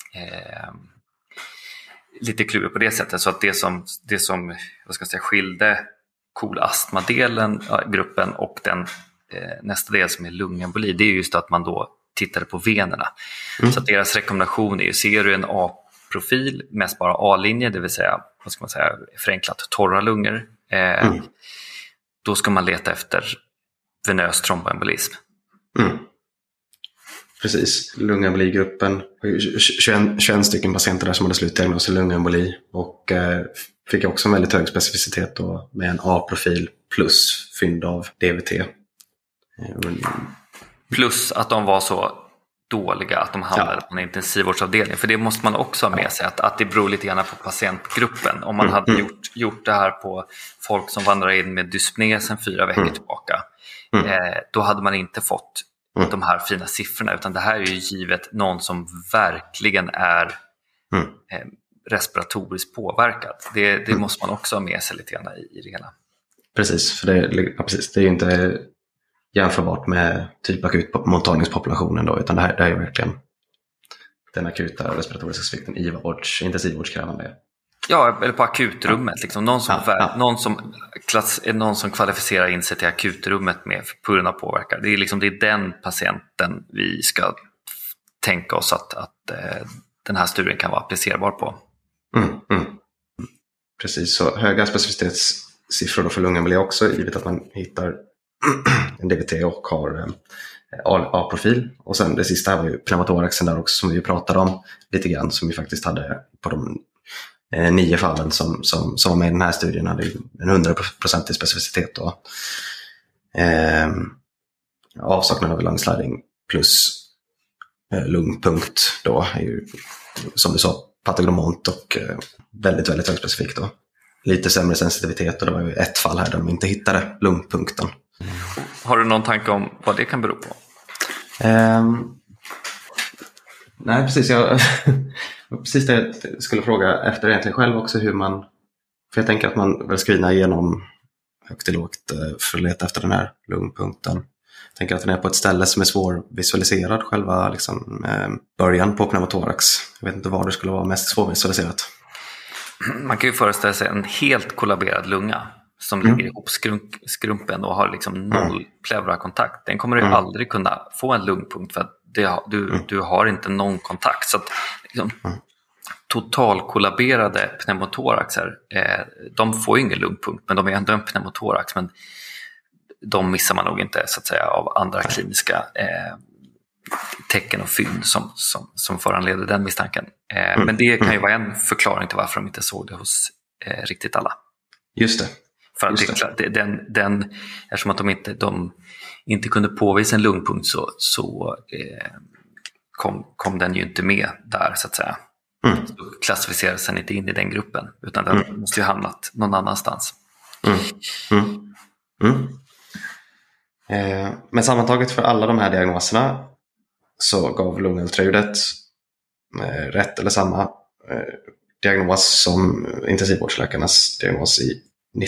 lite klurig på det sättet, så att det som vad ska jag säga, skilde cool astma-delen gruppen och den nästa del som är lungemboli, det är just att man då tittade på venerna. Så att deras rekommendation är ju, ser du en A-profil, mest bara A-linje, det vill säga, vad ska man säga, förenklat torra lungor, då ska man leta efter venös tromboembolism. Precis, lungemboligruppen, 21 stycken patienter där som hade slutdiagnos i lungemboli och fick också en väldigt hög specificitet då, med en A-profil plus fynd av DVT. Plus att de var så dåliga att de hamnade på en intensivvårdsavdelning. För det måste man också ha med sig, att det beror lite grann på patientgruppen. Om man hade gjort det här på folk som vandrar in med dyspné sedan 4 veckor tillbaka, då hade man inte fått de här fina siffrorna, utan det här är ju givet någon som verkligen är respiratoriskt påverkad. Det måste man också ha med sig lite grann i det hela. Precis, för det är ju inte jämförbart med typ akutmottagningspopulationen då, utan det här är ju verkligen den akuta respiratoriska svikten i intensivvårdskrävande. Ja, eller på akutrummet. Liksom. Någon som kvalificerar in sig till akutrummet med på grund av påverkan. Det är den patienten vi ska tänka oss att den här studien kan vara applicerbar på. Precis, så höga specificitetssiffror då för lungemboli också, givet att man hittar en DVT och har A-profil. Och sen det sista här var ju pneumotoraxen där också, som vi pratade om lite grann, som vi faktiskt hade på de 9 fallen som var med i den här studien, hade en 100% specificitet då. Avsaknad av lungsliding plus lungpunkt då är ju, som du sa, patognomont och väldigt, väldigt högspecifikt då. Lite sämre sensitivitet, och det var ju ett fall här där de inte hittade lungpunkten. Har du någon tanke om vad det kan bero på? Nej, precis. Precis det jag skulle fråga efter egentligen själv också, hur man... För jag tänker att man väl screenar igenom högt och lågt för att leta efter den här lungpunkten. Jag tänker att den är på ett ställe som är svårvisualiserad, själva liksom, början på pneumotorax. Jag vet inte var det skulle vara mest svårvisualiserat. Man kan ju föreställa sig en helt kollaberad lunga som ligger ihop skrumpen och har liksom noll pleurakontakt. Den kommer du aldrig kunna få en lungpunkt, för att du har inte någon kontakt. Så att liksom, totalkollaberade pneumotoraxer, de får ju ingen lungpunkt, men de är ändå en pneumotorax. Men de missar man nog inte, så att säga, av andra kliniska tecken och fynd som föranleder den misstanken. Men det kan ju vara en förklaring till varför de inte såg det hos riktigt alla. Just det. För att eftersom att de inte kunde påvisa en lungpunkt, så kom den ju inte med där, så att säga. Så klassificerades den inte in i den gruppen, utan den måste ju hamnat någon annanstans. Men sammantaget för alla de här diagnoserna så gav lungultraljudet rätt eller samma diagnos som intensivvårdsläkarnas diagnos i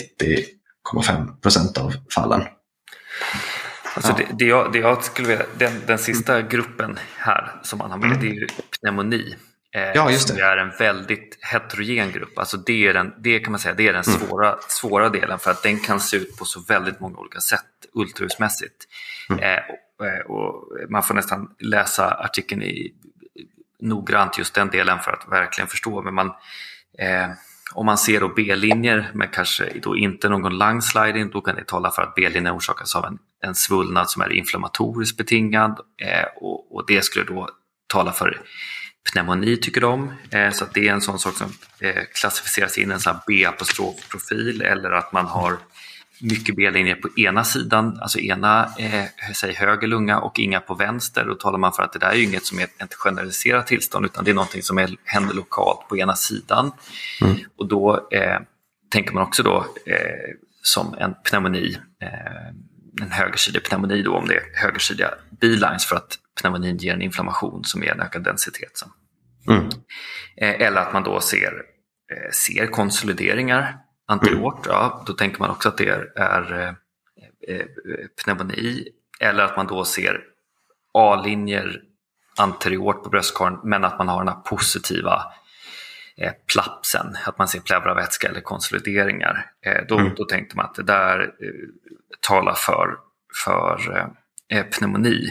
90,5% av fallen. Alltså det jag skulle vilja, den sista gruppen här som man har med, det är ju pneumoni. Ja, just det. Som är en väldigt heterogen grupp. Alltså det kan man säga, det är den svåra delen, för att den kan se ut på så väldigt många olika sätt ultraljudsmässigt. Och man får nästan läsa artikeln noggrant, just den delen, för att verkligen förstå. Men om man ser då B-linjer med kanske då inte någon lungsliding, då kan det tala för att B-linjen orsakas av en svullnad som är inflammatoriskt betingad, och det skulle då tala för pneumoni, tycker de. Så att det är en sån sak som klassificeras in en sån här B-apostrof-profil, eller att man har mycket B-linjer på ena sidan, alltså ena höger lunga och inga på vänster. Då talar man för att det där är ju inget som är ett generaliserat tillstånd, utan det är någonting som händer lokalt på ena sidan. Och då tänker man också då som en pneumoni, en högersidig pneumoni då, om det är högersidiga B-lines, för att pneumonin ger en inflammation som ger en ökad densitet. Eller att man då ser konsolideringar anteriort, då tänker man också att det är pneumoni. Eller att man då ser A-linjer anteriort på bröstkorgen, men att man har den här positiva plapsen, att man ser pleuravätska eller konsolideringar. Då tänkte man att det där talar för pneumoni.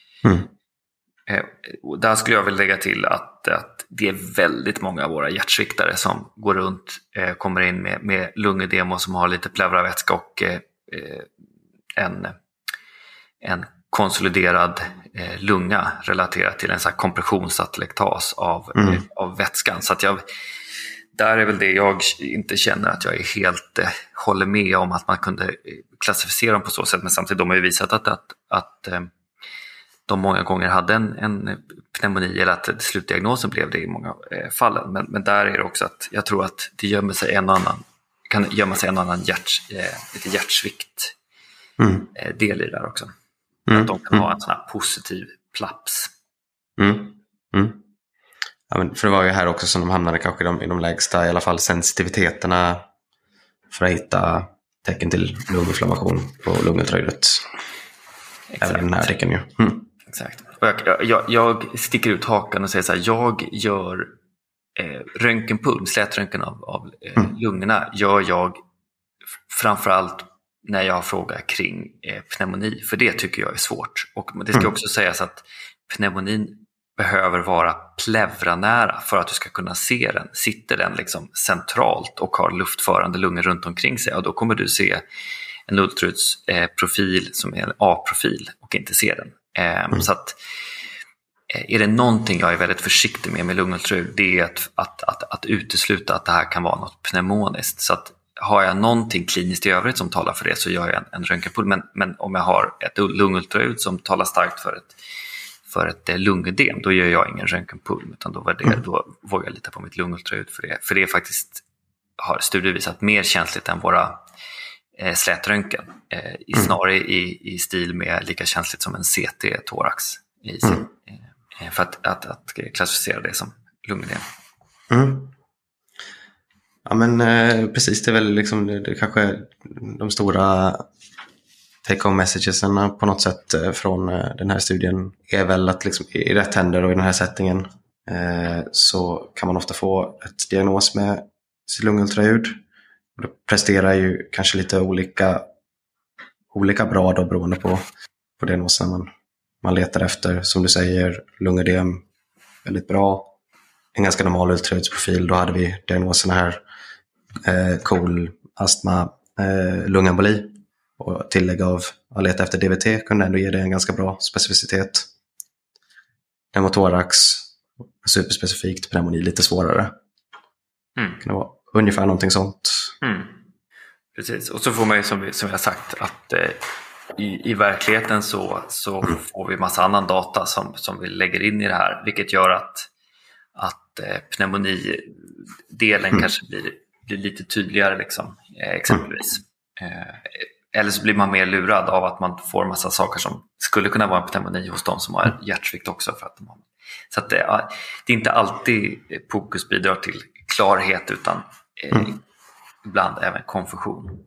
Och där skulle jag vilja lägga till att det är väldigt många av våra hjärtsviktare som går runt, kommer in med lungedemo som har lite pleuravätska och en konsoliderad lunga relaterat till en sån här kompressionsatelektas av vätskan. Så att där är väl det jag inte känner att jag är helt håller med om, att man kunde klassificera dem på så sätt. Men samtidigt de har ju visat att de många gånger hade en pneumoni, eller att slutdiagnosen blev det i många fallen. Men där är det också att jag tror att det kan gömma sig en annan lite hjärtsvikt del i det där också. Att de kan ha en sån här positiv plaps. Ja, men för det var ju här också som de hamnade kanske i de lägsta, i alla fall sensitiviteterna, för att hitta tecken till lunginflammation på lungultraljudet. Även i den här artikeln ju. Exakt. Och jag sticker ut hakan och säger så här: jag gör röntgenpuls, slätröntgen av lungorna gör jag framförallt när jag frågar kring pneumoni, för det tycker jag är svårt. Och det ska också sägas att pneumonin behöver vara plevranära för att du ska kunna se den. Sitter den liksom centralt och har luftförande lungor runt omkring sig, och då kommer du se en ultraljudsprofil som är en A-profil och inte se den. Så att är det någonting jag är väldigt försiktig med lungultraljud, det är att utesluta att det här kan vara något pneumoniskt. Så att har jag någonting kliniskt i övrigt som talar för det, så gör jag en röntgenpuls. Men om jag har ett lungultraljud som talar starkt för ett lungödem, då gör jag ingen röntgenpuls, utan då vågar jag lita på mitt lungultraljud för det. För det är faktiskt, har studier visat, mer känsligt än våra slätröntgen. Snarare i stil med lika känsligt som en CT-thorax. För att klassificera det som lungödem. Ja, men precis, det är väl liksom det kanske de stora take-home messagesarna på något sätt från den här studien är väl att liksom, i rätt händer och i den här settingen så kan man ofta få ett diagnos med lungultraljud. Och det presterar ju kanske lite olika bra då, beroende på diagnosen man letar efter. Som du säger, lungödem väldigt bra. En ganska normal ultraljudsprofil, då hade vi diagnoserna här. KOL, astma, lungemboli. Och tillägg av att leta efter DVT kunde ändå ge det en ganska bra specificitet. Pneumothorax, superspecifikt, pneumoni lite svårare. Kan det vara ungefär någonting sånt. Precis, och så får man ju som jag sagt att i verkligheten så får vi massa annan data som vi lägger in i det här, vilket gör att pneumonidelen kanske blir lite tydligare liksom, exempelvis. Eller så blir man mer lurad av att man får massa saker som skulle kunna vara en pneumoni hos de som har hjärtsvikt också. För att så att det är inte alltid fokus bidrar till klarhet, utan ibland även konfusion.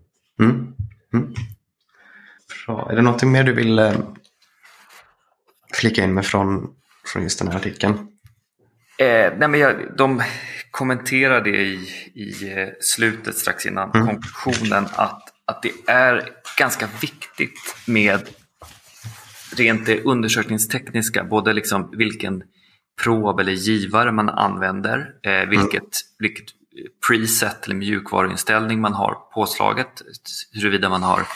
Bra. Är det någonting mer du vill flika in med från just den här artikeln? Nej, men de kommenterade i slutet strax innan konklusionen att det är ganska viktigt med rent det undersökningstekniska, både liksom vilken prob eller givare man använder, vilket preset eller mjukvaruinställning man har påslaget, huruvida man har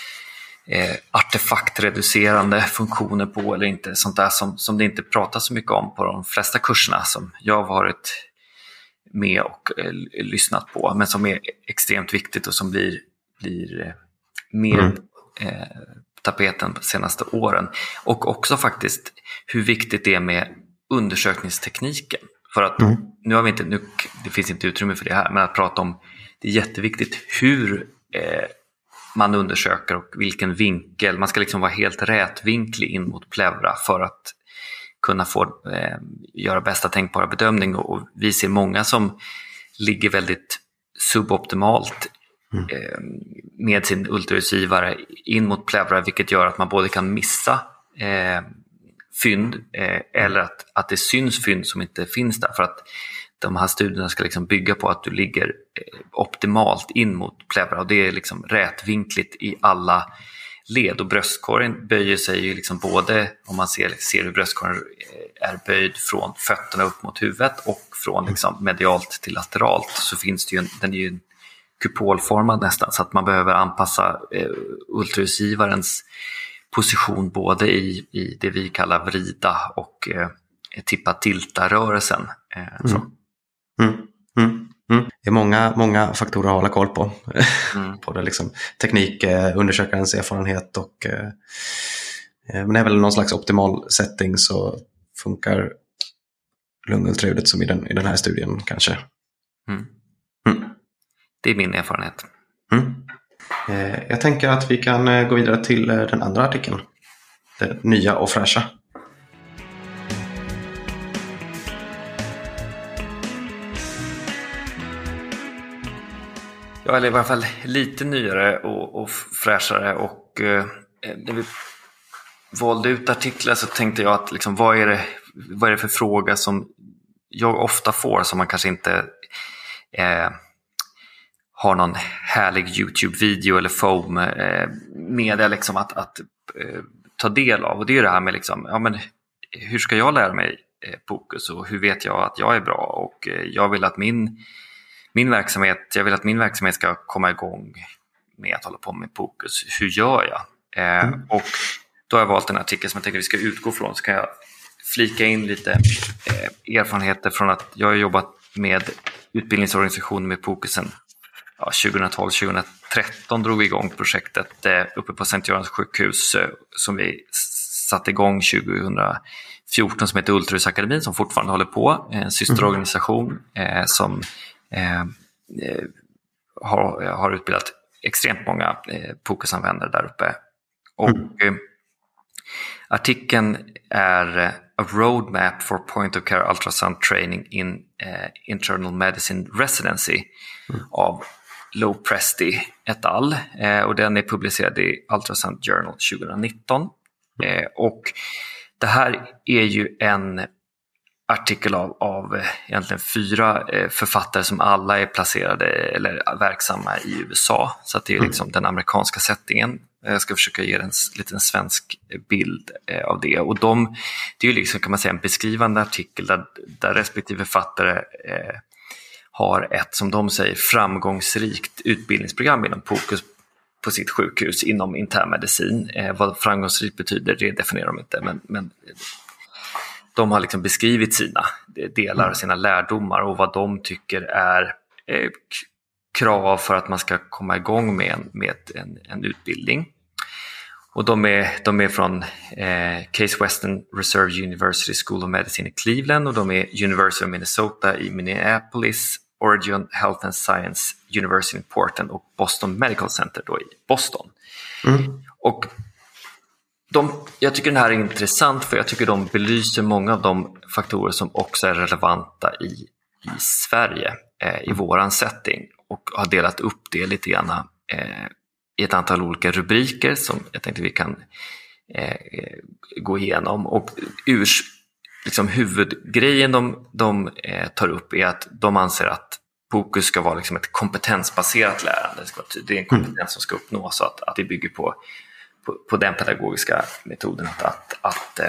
artefaktreducerande funktioner på eller inte, sånt där som det inte pratas så mycket om på de flesta kurserna som jag har varit med och lyssnat på, men som är extremt viktigt och som blir mer tapeten de senaste åren. Och också faktiskt hur viktigt det är med undersökningstekniken. För att nu har vi inte, det finns inte utrymme för det här, men att prata om, det är jätteviktigt hur man undersöker och vilken vinkel. Man ska liksom vara helt rätvinklig in mot pleura för att kunna få göra bästa tänkbara bedömning. Och vi ser många som ligger väldigt suboptimalt med sin ultraljudsgivare in mot pleura, vilket gör att man både kan missa fynd eller att det syns fynd som inte finns där, för att de här studierna ska liksom bygga på att du ligger optimalt in mot pleura, och det är liksom rätvinkligt i alla led, och bröstkorgen böjer sig ju liksom både, om man ser hur bröstkorgen är böjd från fötterna upp mot huvudet och från liksom medialt till lateralt, så finns det ju den är ju kupolformad nästan, så att man behöver anpassa ultraljudsgivarens position både i det vi kallar vrida och tippa-tilta-rörelsen. Det är många faktorer att hålla koll på. Både liksom teknik, undersökarens erfarenhet och men det är väl någon slags optimal setting, så funkar lungultraljudet som i den här studien kanske. Det är min erfarenhet. Jag tänker att vi kan gå vidare till den andra artikeln. Det nya och fräscha. Ja, eller i alla fall lite nyare och fräschare. Och när vi valde ut artiklar så tänkte jag att liksom, vad är det för fråga som jag ofta får, som man kanske inte har någon härlig YouTube-video eller media liksom att ta del av. Och det är det här med liksom, ja, men hur ska jag lära mig POCUS, och hur vet jag att jag är bra, och jag vill att min verksamhet ska komma igång med att hålla på med POCUS. Hur gör jag? Och då har jag valt en artikel som jag tänker vi ska utgå från, så kan jag flika in lite erfarenheter från att jag har jobbat med utbildningsorganisationer med POCUSen. 2012-2013 drog vi igång projektet uppe på Sankt Görans sjukhus som vi satte igång 2014, som heter Ultraljudsakademin, som fortfarande håller på. En systerorganisation som har utbildat extremt många POCUS-användare där uppe. Och artikeln är A Roadmap for Point of Care Ultrasound Training in Internal Medicine Residency av Low Presti et al. Och den är publicerad i Ultrasound Journal 2019. Och det här är ju en artikel av egentligen 4 författare som alla är placerade eller verksamma i USA. Så att det är liksom den amerikanska settingen. Jag ska försöka ge en liten svensk bild av det. Och det är ju liksom, kan man säga, en beskrivande artikel där respektive författare har ett, som de säger, framgångsrikt utbildningsprogram inom POCUS på sitt sjukhus inom internmedicin. Vad framgångsrikt betyder, det definierar de inte, men de har liksom beskrivit sina delar, sina lärdomar och vad de tycker är krav för att man ska komma igång med en utbildning. Och de är från Case Western Reserve University School of Medicine i Cleveland, och de är University of Minnesota i Minneapolis, Oregon Health and Science University in Portland och Boston Medical Center då i Boston. Och jag tycker den här är intressant, för jag tycker de belyser många av de faktorer som också är relevanta i Sverige, i våran setting, och har delat upp det lite grann i ett antal olika rubriker som jag tänkte vi kan gå igenom. Och liksom huvudgrejen de tar upp är att de anser att POCUS ska vara liksom ett kompetensbaserat lärande. Det är en kompetens som ska uppnås, så att det bygger på den pedagogiska metoden att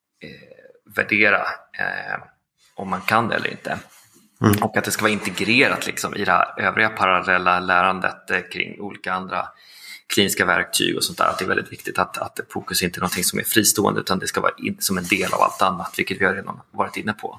värdera om man kan det eller inte. Och att det ska vara integrerat liksom i det här övriga parallella lärandet kring olika andra kliniska verktyg och sånt där. Att det är väldigt viktigt att POCUS inte är någonting som är fristående, utan det ska vara som en del av allt annat, vilket vi har redan varit inne på.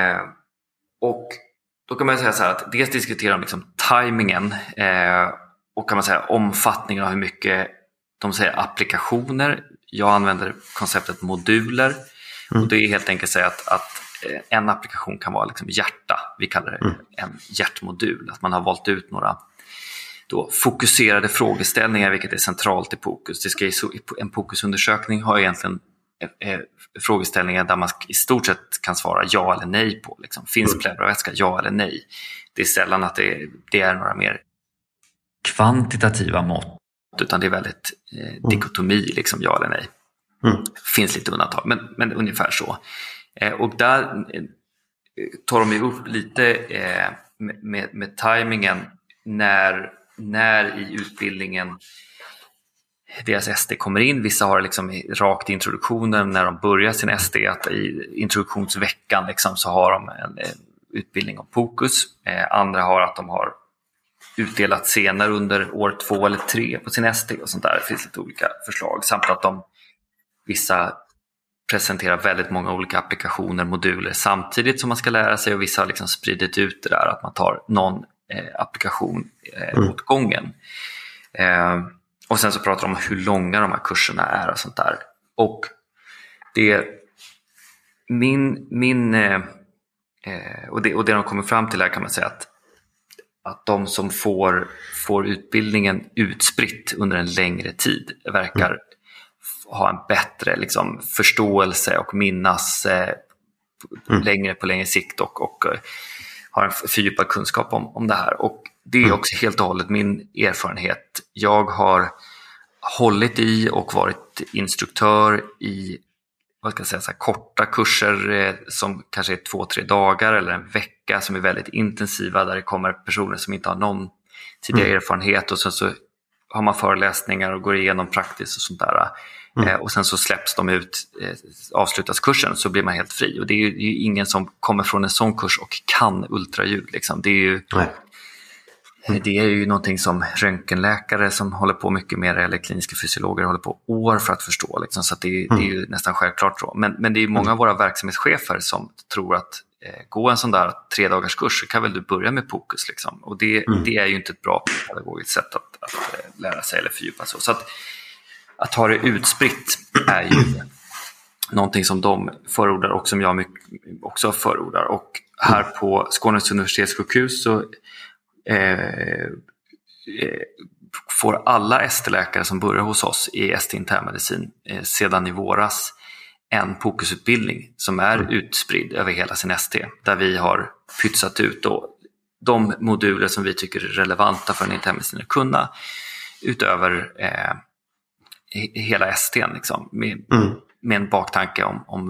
Och då kan man säga så här att dels diskutera liksom timingen och kan man säga omfattningen av hur mycket de säger applikationer. Jag använder konceptet moduler. Och det är helt enkelt att säga att en applikation kan vara liksom hjärta. Vi kallar det en hjärtmodul. Att man har valt ut några då fokuserade frågeställningar, vilket är centralt i Pocus. En Pocus-undersökning har egentligen frågeställningar där man i stort sett kan svara ja eller nej på. Liksom. Finns pleuravätska? Ja eller nej? Det är sällan att det är några mer kvantitativa mått, utan det är väldigt dikotomi, liksom ja eller nej. Finns lite undantag, men ungefär så. Och där tar de ju upp lite med tajmingen när i utbildningen deras SD kommer in. Vissa har liksom rakt i introduktionen när de börjar sin SD, att i introduktionsveckan liksom så har de en utbildning om Pocus. Andra har att de har utdelat senare under år 2 eller 3 på sin SD och sånt där. Det finns lite olika förslag, samt att vissa presenterar väldigt många olika applikationer, moduler samtidigt som man ska lära sig, och vissa har liksom spridit ut det där att man tar någon applikation åt gången. Och sen så pratar de om hur långa de här kurserna är och sånt där. Och det och det de kommer fram till här, kan man säga att de som får utbildningen utspritt under en längre tid verkar ha en bättre liksom förståelse och minnas på längre sikt och har en fördjupad kunskap om det här. Och det är också helt och hållet min erfarenhet. Jag har hållit i och varit instruktör i så här, korta kurser som kanske är 2-3 dagar eller en vecka, som är väldigt intensiva, där det kommer personer som inte har någon tidigare erfarenhet, och sen så har man föreläsningar och går igenom praktiskt och sånt där. Och sen så släpps de ut, avslutas kursen, så blir man helt fri. Och det är ju ingen som kommer från en sån kurs och kan ultraljud liksom. Det är ju någonting som röntgenläkare som håller på mycket med det, eller kliniska fysiologer håller på år för att förstå liksom. Så att det är ju nästan självklart så. Men det är många av våra verksamhetschefer som tror att gå en sån där 3 dagars kurs, så kan väl du börja med Pocus liksom. Och det är ju inte ett bra pedagogiskt sätt att lära sig eller fördjupa sig. Så att ha det utspritt är ju någonting som de förordar och som jag också förordar. Och här på Skånes universitetssjukhus så får alla ST-läkare som börjar hos oss i ST-internmedicin sedan i våras en Pocus-utbildning som är utspridd över hela sin ST, där vi har pytsat ut då de moduler som vi tycker är relevanta för en internmedicin att kunna utöver hela ST:n liksom, med en baktanke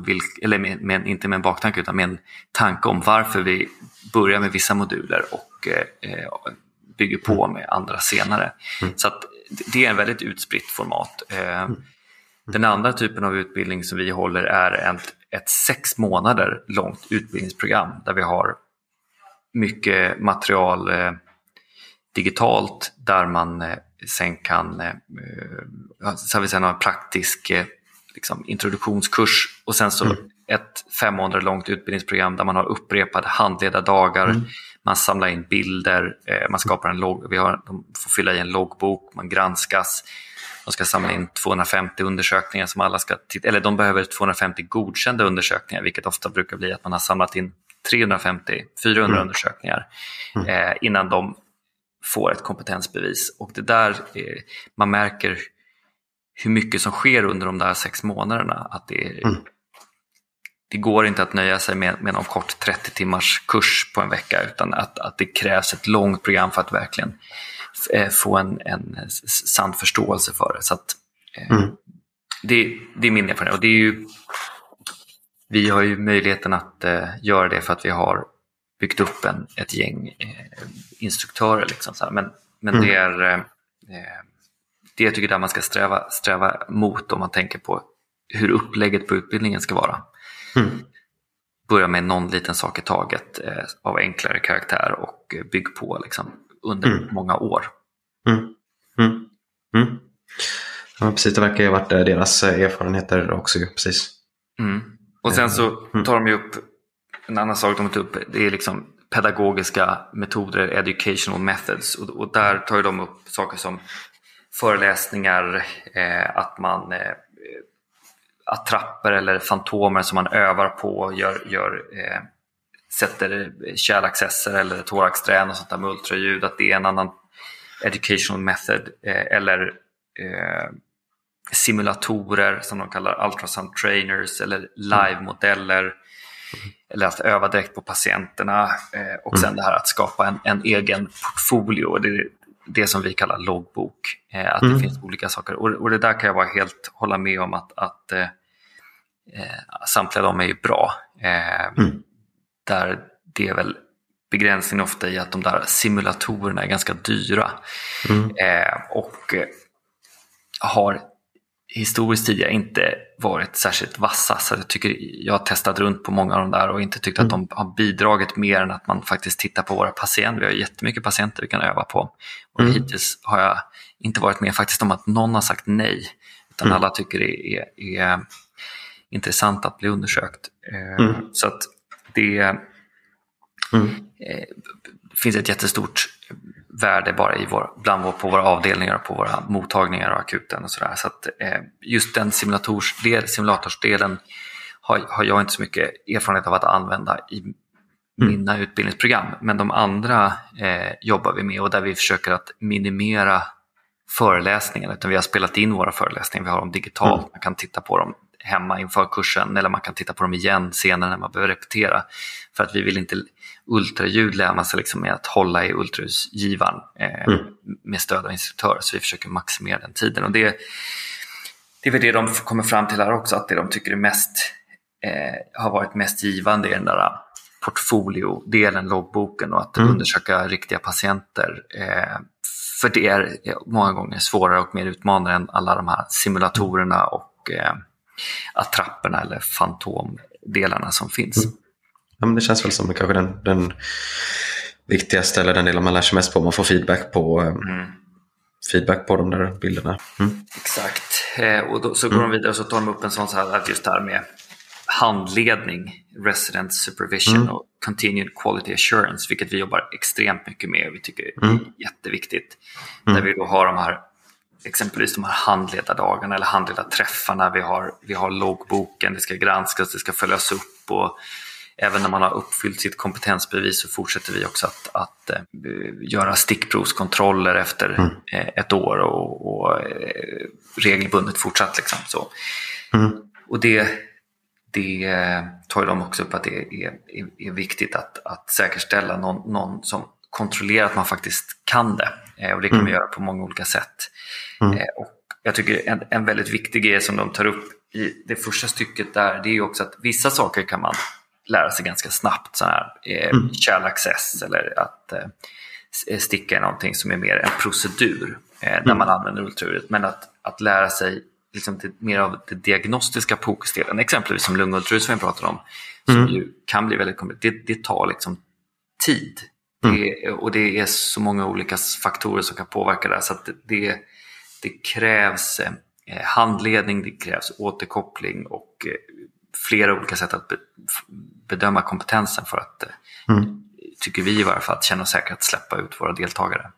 inte med en baktanke, utan med en tanke om varför vi börjar med vissa moduler och bygger på med andra senare. Så att det är en väldigt utspritt format. Den andra typen av utbildning som vi håller är ett 6 månader långt utbildningsprogram, där vi har mycket material digitalt, där man sen kan så vi sen har en praktisk liksom, introduktionskurs, och sen så ett 5 månader långt utbildningsprogram där man har upprepade handledardagar. Man samlar in bilder, man skapar de får fylla i en loggbok, man granskas. De ska samla in 250 undersökningar som alla ska eller de behöver 250 godkända undersökningar, vilket ofta brukar bli att man har samlat in 350-400 undersökningar innan de får ett kompetensbevis. Och det där, man märker hur mycket som sker under de där 6 månaderna. Att det går inte att nöja sig med någon kort 30 timmars kurs på en vecka, utan att det krävs ett långt program för att verkligen få en sann förståelse för det. Så att, det är min erfarenhet. Och det är ju, vi har ju möjligheten att göra det för att vi har byggt upp ett gäng instruktörer. Liksom, så här. Men det är det jag tycker där man ska sträva mot om man tänker på hur upplägget på utbildningen ska vara. Börja med någon liten sak i taget av enklare karaktär och bygg på liksom, under många år. Ja, precis, det verkar ju ha varit deras erfarenheter också. Precis. Och sen så tar de ju upp en annan sak de tar upp, det är liksom pedagogiska metoder, educational methods, och där tar de upp saker som föreläsningar, attrapper eller fantomer som man övar på, sätter kärlaccesser eller thoraxträn och sånt där med ultraljud, att det är en annan educational method, eller simulatorer som de kallar ultrasound trainers, eller live-modeller, eller att öva direkt på patienterna, och sen det här att skapa en egen portfolio, det som vi kallar loggbok, att det finns olika saker, och det där kan jag bara helt hålla med om att samtliga de är ju bra, där det är väl begränsningen ofta i att de där simulatorerna är ganska dyra, och har historiskt tidigare inte varit särskilt vassa, så jag har testat runt på många av de där och inte tyckt att de har bidragit mer än att man faktiskt tittar på våra patienter. Vi har jättemycket patienter vi kan öva på, och hittills har jag inte varit med faktiskt om att någon har sagt nej, utan alla tycker det är intressant att bli undersökt. Så att det finns ett jättestort värde bara på våra avdelningar och på våra mottagningar och akuten och sådär. Så att just den simulatorsdelen har jag inte så mycket erfarenhet av att använda i mina utbildningsprogram. Men de andra jobbar vi med, och där vi försöker att minimera föreläsningarna. Utan vi har spelat in våra föreläsningar, vi har dem digitalt. Man kan titta på dem hemma inför kursen, eller man kan titta på dem igen senare när man behöver repetera. För att vi vill inte ultraljud lära sig liksom med att hålla i ultraljudsgivaren med stöd av instruktör, så vi försöker maximera den tiden. Och det är väl det de kommer fram till här också, att det de tycker är har varit mest givande i den där portfoliodelen, loggboken, och att undersöka riktiga patienter. För det är många gånger svårare och mer utmanande än alla de här simulatorerna och attrapperna eller fantomdelarna som finns. Ja, men det känns väl som kanske den viktigaste, eller den delen man lär sig mest på. Man får feedback på de där bilderna. Exakt. Och då, så går de vidare och så tar de upp en sån här, att just här med handledning, resident supervision och continued quality assurance, vilket vi jobbar extremt mycket med och vi tycker är jätteviktigt. Där vi då har de här, exempelvis de här handledardagarna eller handledarträffarna, vi har loggboken, det ska granskas, det ska följas upp, och även när man har uppfyllt sitt kompetensbevis så fortsätter vi också att göra stickprovskontroller efter ett år och regelbundet fortsatt liksom så. Och det tar de också upp, att det är viktigt att säkerställa någon som kontrollerar att man faktiskt kan det. Och det kan man göra på många olika sätt. Och jag tycker en väldigt viktig grej som de tar upp i det första stycket där, det är ju också att vissa saker kan man lära sig ganska snabbt, så här kärlaccess eller att sticka är någonting som är mer en procedur när man använder ultraljudet, men att lära sig liksom mer av det diagnostiska fokusdelen, exempelvis som lungultraljud som vi pratar om, som ju kan bli väldigt komplext. Det tar liksom tid. Och det är så många olika faktorer som kan påverka det, så att det krävs handledning, det krävs återkoppling och flera olika sätt att bedöma kompetensen för att, tycker vi i varje fall, att känna oss säkra att släppa ut våra deltagare.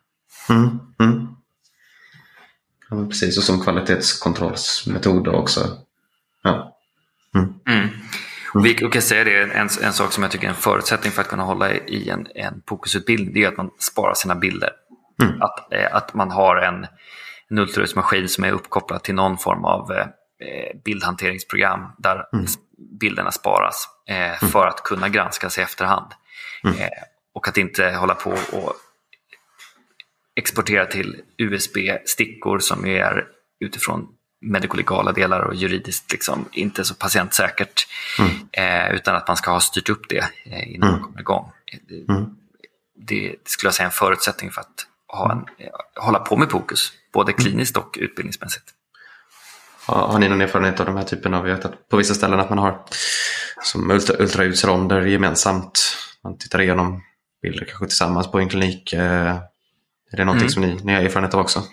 Ja, precis, och som kvalitetskontrollsmetod också. Ja. Och vi kan säga det, en sak som jag tycker är en förutsättning för att kunna hålla i en fokusutbildning, det är att man sparar sina bilder. Att man har en ultraljudsmaskin som är uppkopplad till någon form av bildhanteringsprogram där bilderna sparas för att kunna granskas i efterhand. Och att inte hålla på och exportera till USB-stickor som är utifrån medikolegala delar och juridiskt liksom inte så patientsäkert, utan att man ska ha styrt upp det innan man kommer igång. Det skulle jag säga är en förutsättning för att hålla på med fokus, både kliniskt och utbildningsmässigt. Har ni någon erfarenhet av de här typen av, jag vet att på vissa ställen att man har som ultraljudsronder gemensamt, man tittar igenom bilder kanske tillsammans på en klinik, är det någonting som ni har erfarenhet av också?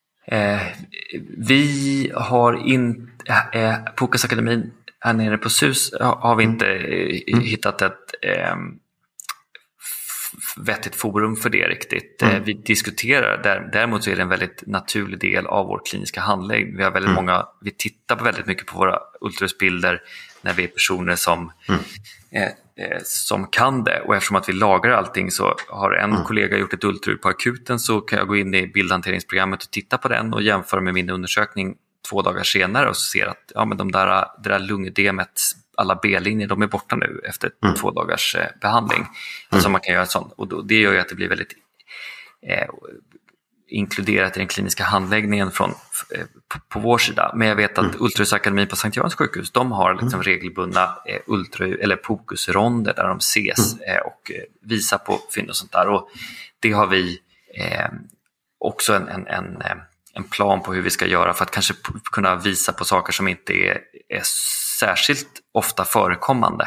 Vi har Fokusakademin här nere på SUS har vi inte hittat ett vettigt forum för det riktigt. Vi diskuterar, däremot så är det en väldigt naturlig del av vår kliniska handläggning. Vi har väldigt många, vi tittar på väldigt mycket på våra ultraljudsbilder när vi är personer som kan det. Och eftersom att vi lagrar allting, så har en kollega gjort ett ultraljud på akuten, så kan jag gå in i bildhanteringsprogrammet och titta på den och jämföra med min undersökning 2 dagar senare och ser att men det där lungödemet, alla B-linjer, de är borta nu efter 2 dagars behandling. Alltså man kan göra sånt, och det gör ju att det blir väldigt inkluderat i den kliniska handläggningen på vår sida. Men jag vet att Ultraljudsakademin på Sankt Görans sjukhus, de har liksom regelbundna eller fokusronder där de ses och visar på fynd och sånt där. Och det har vi också en plan på hur vi ska göra för att kanske kunna visa på saker som inte är särskilt ofta förekommande.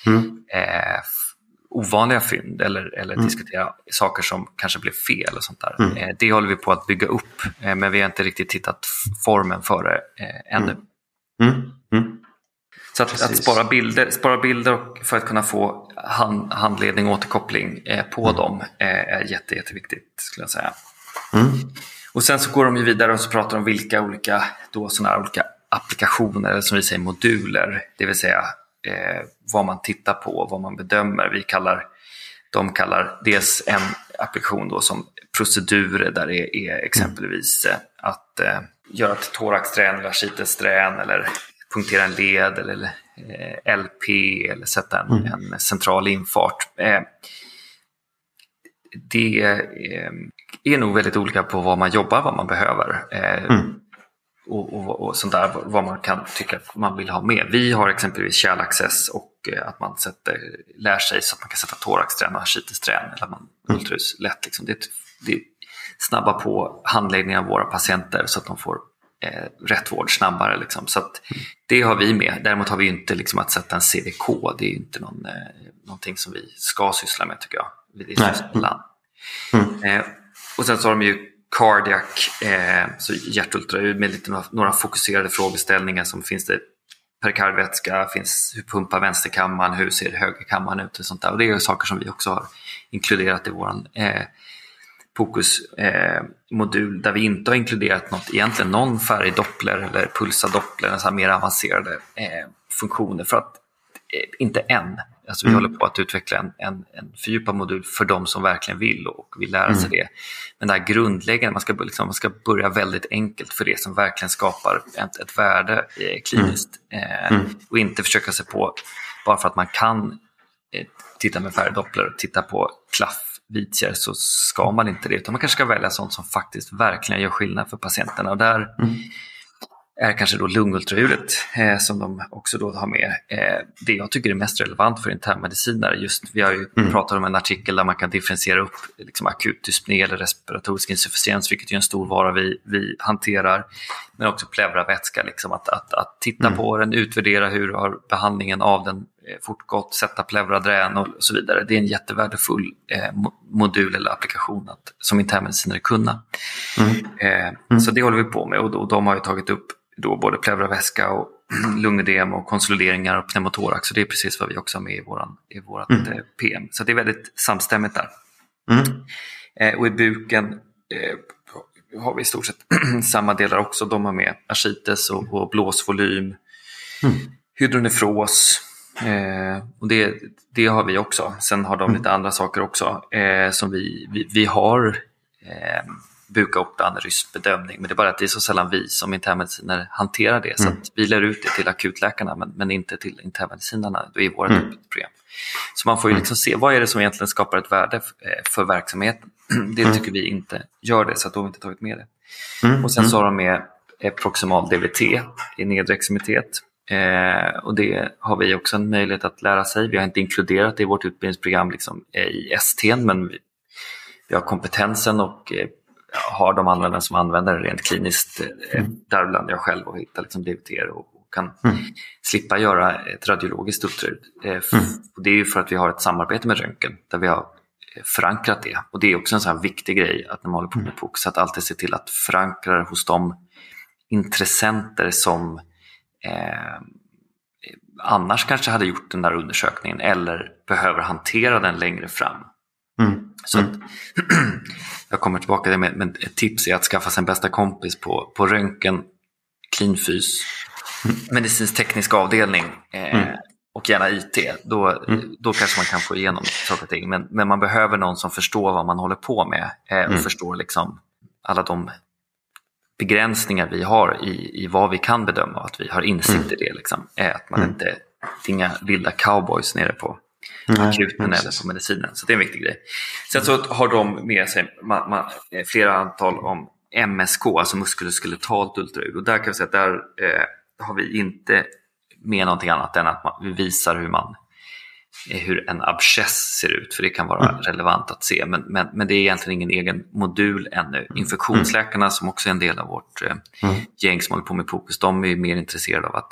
Ovanliga fynd eller diskutera saker som kanske blev fel och sånt där. Det håller vi på att bygga upp, men vi har inte riktigt tittat formen för det ännu. Så att spara bilder och för att kunna få handledning och återkoppling på dem är jätteviktigt, skulle jag säga. Och sen så går de ju vidare och så pratar de om vilka olika applikationer, eller som vi säger moduler, det vill säga vad man tittar på, vad man bedömer. De kallar dels en applikation då som procedurer, där det är exempelvis att göra ett thoraxträn eller ascitesträn, eller punktera en led, eller LP, eller sätta en central infart. Det är nog väldigt olika på vad man jobbar, vad man behöver. Och sånt där, vad man kan tycka att man vill ha med. Vi har exempelvis kärlaccess och att man lär sig så att man kan sätta thoraxträn och ascitesträn, eller man ultraljus lätt. Liksom. Det snabbar på handläggningen av våra patienter så att de får rätt vård snabbare. Liksom. Så att det har vi med. Däremot har vi inte liksom att sätta en CVK. Det är ju inte någonting som vi ska syssla med, tycker jag. Och sen så har de ju cardiac, så hjärtultraljud med några fokuserade frågeställningar, som finns det perikardvätska, hur pumpar vänsterkammaren, hur ser högerkammaren ut och sånt där. Och det är ju saker som vi också har inkluderat i våran fokusmodul, där vi inte har inkluderat någon färgdoppler eller pulsadoppler, så här mer avancerade funktioner, för att inte än. Alltså vi håller på att utveckla en fördjupad modul för de som verkligen vill och vill lära sig det. Men det här grundläggande, man ska börja väldigt enkelt för det som verkligen skapar ett värde kliniskt. Och inte försöka sig på, bara för att man kan titta med färgdoppler och titta på klaffvitsar, så ska man inte det. Utan man kanske ska välja sånt som faktiskt verkligen gör skillnad för patienterna. Och där är kanske då lungultraljudet som de också då har med. Det jag tycker är mest relevant för internmedicinare, vi har ju pratat om en artikel där man kan differentiera upp liksom akut dyspné eller respiratorisk insufficiens, vilket är en stor vara vi hanterar, men också pleuravätska, liksom att titta på den, utvärdera hur har behandlingen av den fortgått, sätta pleuradrän och så vidare. Det är en jättevärdefull modul eller applikation som internmedicinare kunna. Så det håller vi på med, och de har ju tagit upp då både pleuravätska och lungödem och konsolideringar och pneumotorax, så det är precis vad vi också har med i vårat PM. Så det är väldigt samstämmigt där. Och i buken har vi i stort sett samma delar också. De har med ascites och blåsvolym, hydronefros, och det har vi också. Sen har de lite andra saker också som vi har buka och analysbedömning, men det är bara att det är så sällan vi som internmedicinare hanterar det, så att vi lär ut det till akutläkarna men inte till internmedicinarna i vårt program. Så man får ju liksom se, vad är det som egentligen skapar ett värde för verksamheten. Det tycker vi inte gör det, så att de har inte tagit med det. Och sen så har de med proximal DVT i nedre extremitet. Och det har vi också en möjlighet att lära sig. Vi har inte inkluderat det i vårt utbildningsprogram liksom, i ST, men vi har kompetensen och har de användare som använder det rent kliniskt, däribland jag själv, och hittar liksom DVT och kan slippa göra ett radiologiskt ultraljud. Och det är ju för att vi har ett samarbete med röntgen där vi har förankrat det. Och det är också en sån här viktig grej att när man håller på med POC, att alltid se till att förankra hos de intressenter som annars kanske hade gjort den där undersökningen eller behöver hantera den längre fram. Så att, jag kommer tillbaka till det, men ett tips är att skaffa sin bästa kompis på röntgen, klinfys, medicinsk teknisk avdelning och gärna IT. Då kanske man kan få igenom saker och ting. Men man behöver någon som förstår vad man håller på med och förstår liksom alla de begränsningar vi har i vad vi kan bedöma, att vi har insikt i det. Liksom. Att man inte är inga vilda cowboys nere på akuten eller på medicinen. Så det är en viktig grej. Sen så har de med sig flera antal om MSK, alltså muskuloskeletalt ultraljud. Och där kan vi säga att där har vi inte med någonting annat än att vi visar hur en abscess ser ut, för det kan vara relevant att se, men det är egentligen ingen egen modul ännu. Infektionsläkarna, som också är en del av vårt gäng som håller på med POCUS, de är mer intresserade av att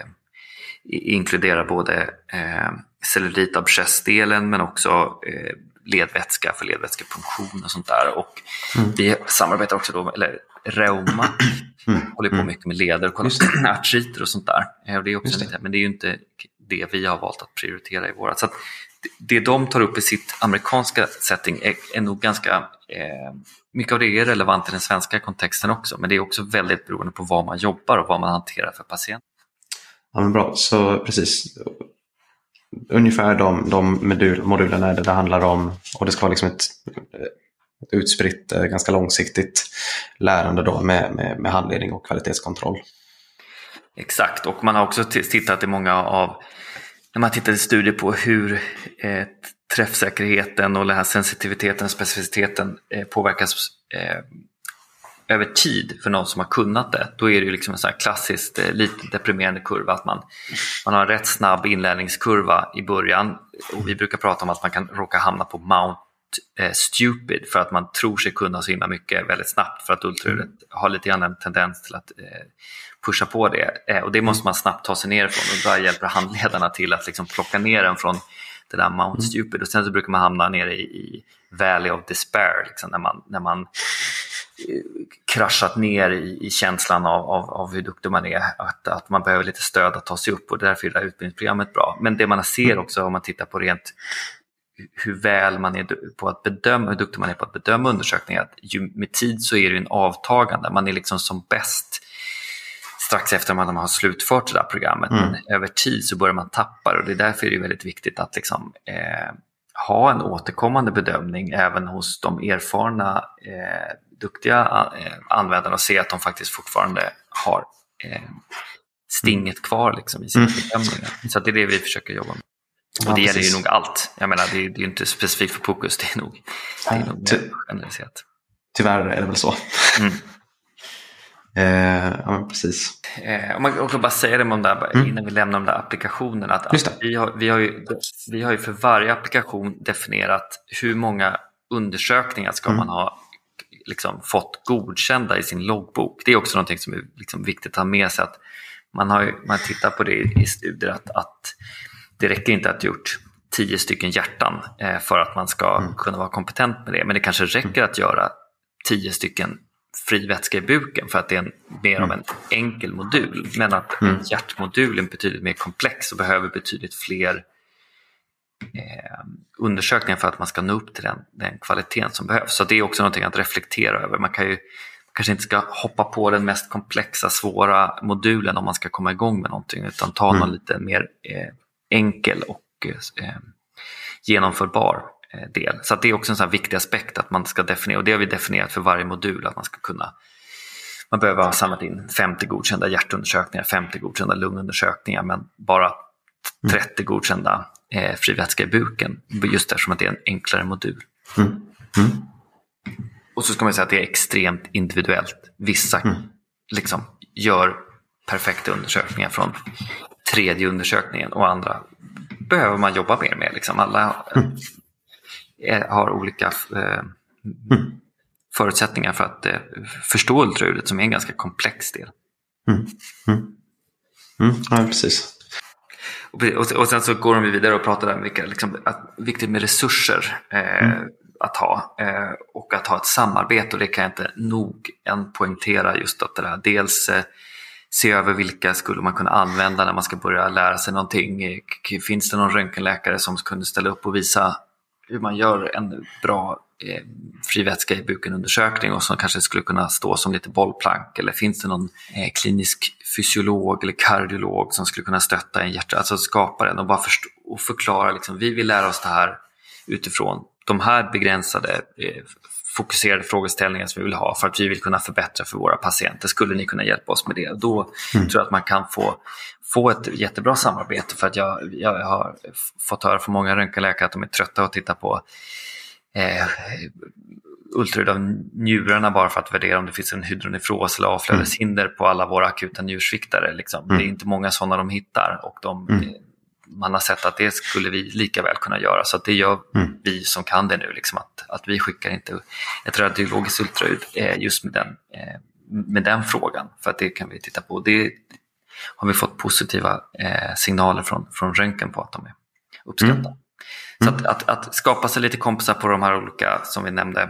inkludera både cellulitabscess-delen men också ledvätska för ledvätskefunktion och sånt där. Och vi samarbetar också då, eller reuma håller på mycket med leder och artriter och sånt där. Och det är också men det är ju inte det vi har valt att prioritera i vårat. Så att det de tar upp i sitt amerikanska setting är nog ganska mycket av det är relevant i den svenska kontexten också, men det är också väldigt beroende på vad man jobbar och vad man hanterar för patient. Ja, men bra, så precis ungefär de modulerna det handlar om, och det ska vara liksom ett utspritt, ganska långsiktigt lärande då med handledning och kvalitetskontroll. Exakt, och man har också tittat i många av, när man tittar i studier på hur träffsäkerheten och den här sensitiviteten och specificiteten påverkas över tid för någon som har kunnat det. Då är det ju liksom en sån här klassiskt lite deprimerande kurva, att man har en rätt snabb inlärningskurva i början, och vi brukar prata om att man kan råka hamna på Mount Stupid för att man tror sig kunna så himla mycket väldigt snabbt, för att ultraljudet har lite grann en tendens till att pusha på det, och det måste man snabbt ta sig ner ifrån, och där hjälper handledarna till att liksom plocka ner den från det där Mount Stupid, och sen så brukar man hamna nere i Valley of Despair liksom, när man kraschat ner i känslan av hur duktig man är, att man behöver lite stöd att ta sig upp, och därför är det här utbildningsprogrammet bra. Men det man ser också, om man tittar på rent hur väl man är på att bedöma, hur duktig man är på att bedöma undersökningar, att med tid så är det en avtagande. Man är liksom som bäst strax efter man har slutfört det där programmet, men över tid så börjar man tappa det, och det är därför det är väldigt viktigt att liksom, ha en återkommande bedömning även hos de erfarna duktiga användarna, och se att de faktiskt fortfarande har stinget kvar liksom, i sina bedömningar. Så det är det vi försöker jobba med. Och det gäller ju nog allt. Jag menar, det är ju inte specifikt för POCUS, det är nog generaliserat. Tyvärr är det väl så. Ja, precis. Om man också bara säger det om där, innan vi lämnar de där applikationerna, att vi har ju för varje applikation definierat hur många undersökningar ska man ha liksom fått godkända i sin loggbok. Det är också någonting som är liksom viktigt att ha med sig, att man tittar på det i studier, att det räcker inte att ha gjort 10 stycken hjärtan för att man ska kunna vara kompetent med det, men det kanske räcker att göra 10 stycken fri vätska i buken för att det är mer av en enkel modul, men att hjärtmodulen är betydligt mer komplex och behöver betydligt fler undersökningar för att man ska nå upp till den kvaliteten som behövs. Så det är också någonting att reflektera över. Man kanske inte ska hoppa på den mest komplexa, svåra modulen om man ska komma igång med någonting, utan ta någon lite mer enkel och genomförbar del. Så att det är också en sån här viktig aspekt att man ska definiera, och det har vi definierat för varje modul, att man behöver ha samlat in 50 godkända hjärtundersökningar, 50 godkända lungundersökningar, men bara 30 godkända fri vätska i buken, just eftersom att det är en enklare modul. Och så ska man säga att det är extremt individuellt. Vissa liksom gör perfekta undersökningar från 3:e undersökningen, och andra behöver man jobba mer med. Liksom. Alla har olika förutsättningar för att förstå ultraljudet, som är en ganska komplex del. Ja, precis. Och sen så går de vidare och pratar om viktigt med resurser att ha, och att ha ett samarbete, och det kan jag inte nog än poängtera, just att det där, dels se över vilka skulle man kunna använda när man ska börja lära sig någonting. Finns det någon röntgenläkare som kunde ställa upp och visa hur man gör en bra fri vätska i buken-undersökning och som kanske skulle kunna stå som lite bollplank, eller finns det någon klinisk fysiolog eller kardiolog som skulle kunna stötta en hjärta, alltså skapa den och bara och förklara liksom, vi vill lära oss det här utifrån de här begränsade fokuserade frågeställningar som vi vill ha för att vi vill kunna förbättra för våra patienter. Skulle ni kunna hjälpa oss med det? Då tror jag att man kan få ett jättebra samarbete, för att jag har fått höra från många röntgenläkare att de är trötta att titta på ultraljud av njurarna bara för att värdera om det finns en hydronefros eller avflödeshinder på alla våra akuta njursviktare. Liksom. Det är inte många sådana de hittar, och man har sett att det skulle vi lika väl kunna göra. Så att det gör vi som kan det nu. Liksom, att vi skickar inte ett radiologiskt ultraljud just med den frågan. För att det kan vi titta på. Det har vi fått positiva signaler från röntgen på att de är uppskattade. Så att skapa sig lite kompisar på de här olika som vi nämnde.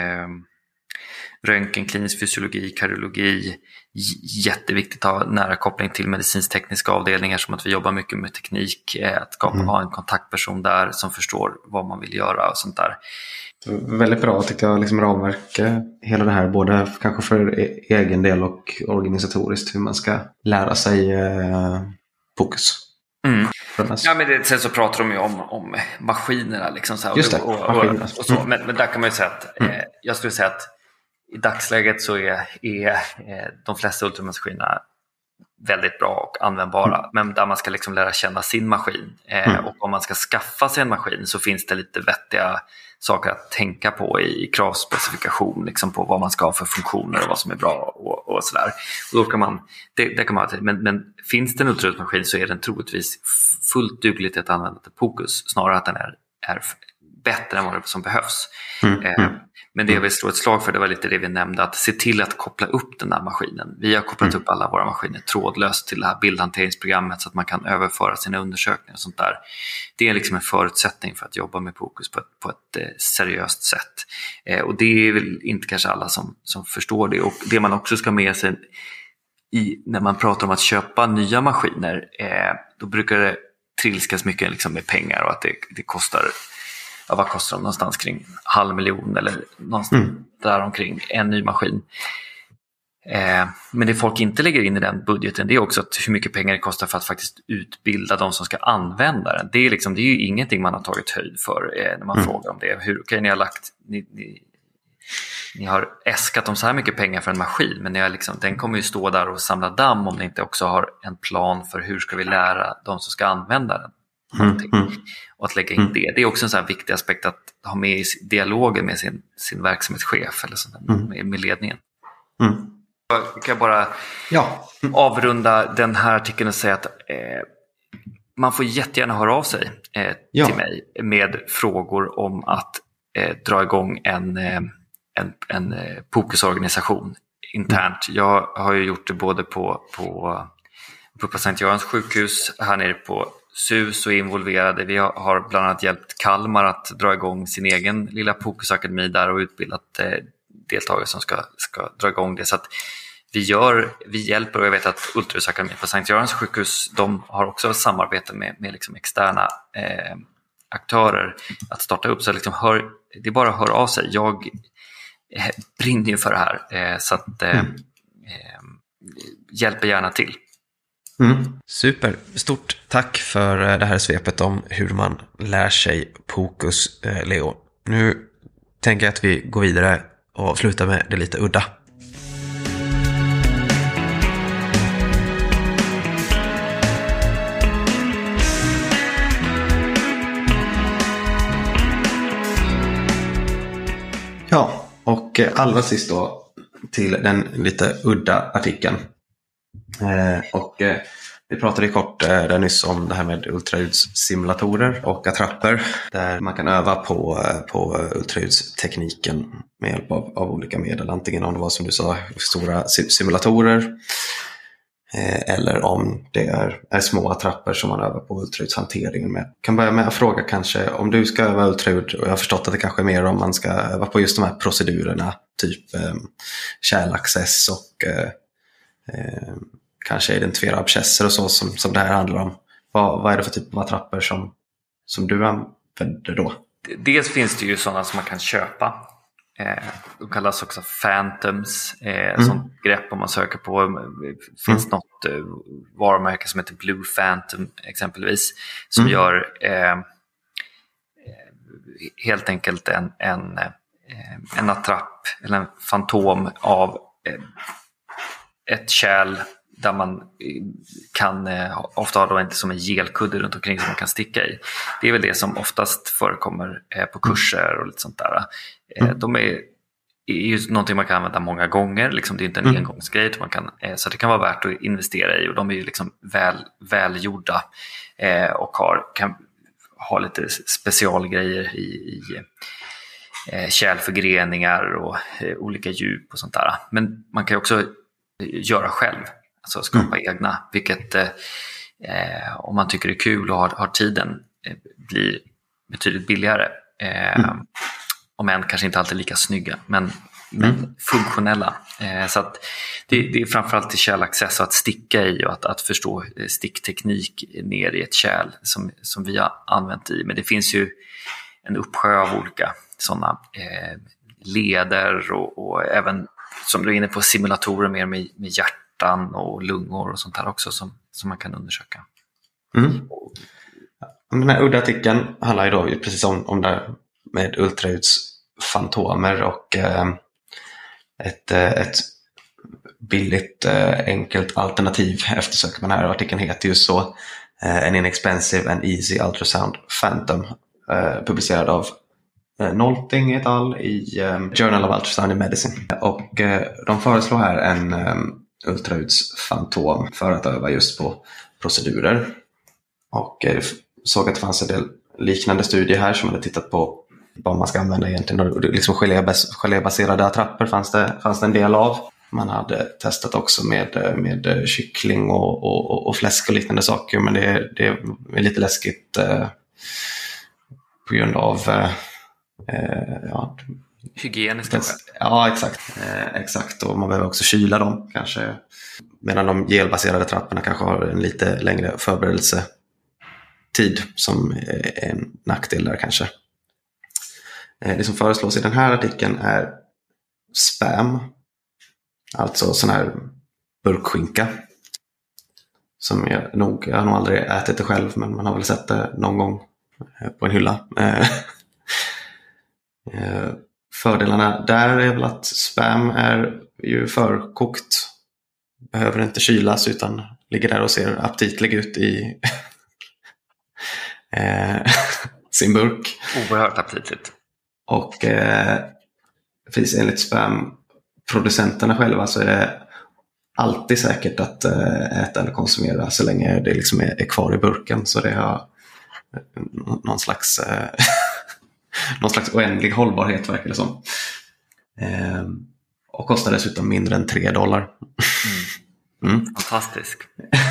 Röntgen, klinisk fysiologi, kardiologi. Jätteviktigt att ha nära koppling till medicinsk-tekniska avdelningar, som att vi jobbar mycket med teknik. Att ha en kontaktperson där som förstår vad man vill göra och sånt där. Väldigt bra tycker jag, liksom ramverka hela det här, både kanske för egen del och organisatoriskt, hur man ska lära sig fokus. Ja, men sen så pratar de ju om maskinerna liksom, så här, just det, och så. Men där kan man ju säga att jag skulle säga att i dagsläget så är de flesta ultramaskinerna väldigt bra och användbara, men där man ska liksom lära känna sin maskin. Och om man ska skaffa sig en maskin så finns det lite vettiga saker att tänka på i kravspecifikation, liksom på vad man ska ha för funktioner och vad som är bra och sådär. Och då kan man, det kan man ha, men finns det en ultraljudsmaskin så är den troligtvis fullt dugligt att använda till POCUS, snarare att den är bättre än vad det som behövs. Men det jag vill slå ett slag för, det var lite det vi nämnde, att se till att koppla upp den här maskinen. Vi har kopplat upp alla våra maskiner trådlöst till det här bildhanteringsprogrammet så att man kan överföra sina undersökningar och sånt där. Det är liksom en förutsättning för att jobba med POCUS på ett seriöst sätt. Och det är väl inte kanske alla som förstår det. Och det man också ska med sig när man pratar om att köpa nya maskiner, då brukar det trilskas mycket liksom med pengar, och att det kostar... Ja, vad kostar de? Någonstans kring 500 000 eller någonstans där omkring en ny maskin. Men det folk inte lägger in i den budgeten, det är också att hur mycket pengar det kostar för att faktiskt utbilda de som ska använda den. Det är ju ingenting man har tagit höjd för när man frågar om det. Ni har ni har äskat om så här mycket pengar för en maskin, men den kommer ju stå där och samla damm om ni inte också har en plan för hur ska vi lära de som ska använda den. Och att lägga in det är också en sån här viktig aspekt att ha med i dialogen med sin verksamhetschef eller sånt där, med ledningen. Jag kan bara avrunda den här artikeln och säga att man får jättegärna höra av sig till mig med frågor om att dra igång en POCUS-organisation internt. Jag har ju gjort det både på Sankt Görans sjukhus, här nere på SUS och involverade. Vi har bland annat hjälpt Kalmar att dra igång sin egen lilla POCUS-akademi där och utbildat deltagare som ska dra igång det. Så att vi hjälper, och jag vet att Ultraljudsakademin på Sankt Görans sjukhus, de har också samarbete med liksom externa aktörer att starta upp. Så liksom det är bara att höra av sig. Jag brinner ju för det här, så att hjälper gärna till. Super, stort tack för det här svepet om hur man lär sig POCUS, Leo. Nu tänker jag att vi går vidare och slutar med det lite udda. Ja, och allra sist då till den lite udda artikeln. Vi pratade kort där nyss om det här med ultraljudssimulatorer och attrapper, där man kan öva på ultraljudstekniken med hjälp av olika medel. Antingen om det var, som du sa, stora simulatorer eller om det är små attrapper som man övar på ultraljudshanteringen med. Jag kan börja med att fråga kanske, om du ska öva ultraljud, och jag har förstått att det kanske är mer om man ska öva på just de här procedurerna, typ kärlaccess och kanske identifiera abscesser och så som det här handlar om. Vad är det för typ av attrapper som du använder då? dels finns det ju sådana som man kan köpa. De kallas också Phantoms. Sånt grepp om man söker på. Det finns något varumärke som heter Blue Phantom exempelvis. Som gör helt enkelt en attrapp eller en fantom av ett kärl där man kan ofta ha då inte som en gelkudde runt omkring som man kan sticka i. Det är väl det som oftast förekommer på kurser och lite sånt där. De är ju någonting man kan använda många gånger. Liksom, det är inte en engångsgrej. Så det kan vara värt att investera i. Och de är ju liksom välgjorda och kan ha lite specialgrejer i kärlförgreningar och olika djup och sånt där. Men man kan ju också göra själv. Alltså skapa egna, vilket om man tycker det är kul och har tiden blir betydligt billigare. Om än kanske inte alltid lika snygga, men funktionella. Så att det är framförallt till kärlaccess och att sticka i och att förstå stickteknik ner i ett kärl som vi har använt i. Men det finns ju en uppsjö av olika sådana leder och även som du är inne på simulatorer mer med hjärtan och lungor och sånt här också som man kan undersöka. Den här udda artikeln handlar ju då precis om det med ultraljudsfantomer och ett billigt enkelt alternativ eftersöker man här. Artikeln heter ju så An Inexpensive and Easy Ultrasound Phantom, publicerad av Nolting et al. I Journal of Ultrasound in Medicine. Och de föreslår här en ultraljudsfantom för att öva just på procedurer. Och såg att det fanns en del liknande studier här som hade tittat på vad man ska använda egentligen. Och liksom gelébaserade attrapper fanns det en del av. Man hade testat också med kyckling och fläsk och liknande saker, men det är lite läskigt på grund av hygieniska skäl. Ja, exakt. Och man behöver också kyla dem kanske. Medan de gelbaserade trapporna kanske har en lite längre förberedelsetid som är en nackdel där kanske. Det som föreslås i den här artikeln är spam. Alltså sån här burkskinka. Som jag har nog aldrig ätit det själv, men man har väl sett det någon gång på en hylla. Fördelarna där är väl att spam är ju förkokt. Behöver inte kylas utan ligger där och ser aptitlig ut i sin burk. Oerhört aptitligt. Och precis enligt spamproducenterna själva så är det alltid säkert att äta eller konsumera så länge det liksom är kvar i burken. Så det har någon slags oändlig hållbarhet verkar det som. Och kostar dessutom mindre än $3. Fantastisk.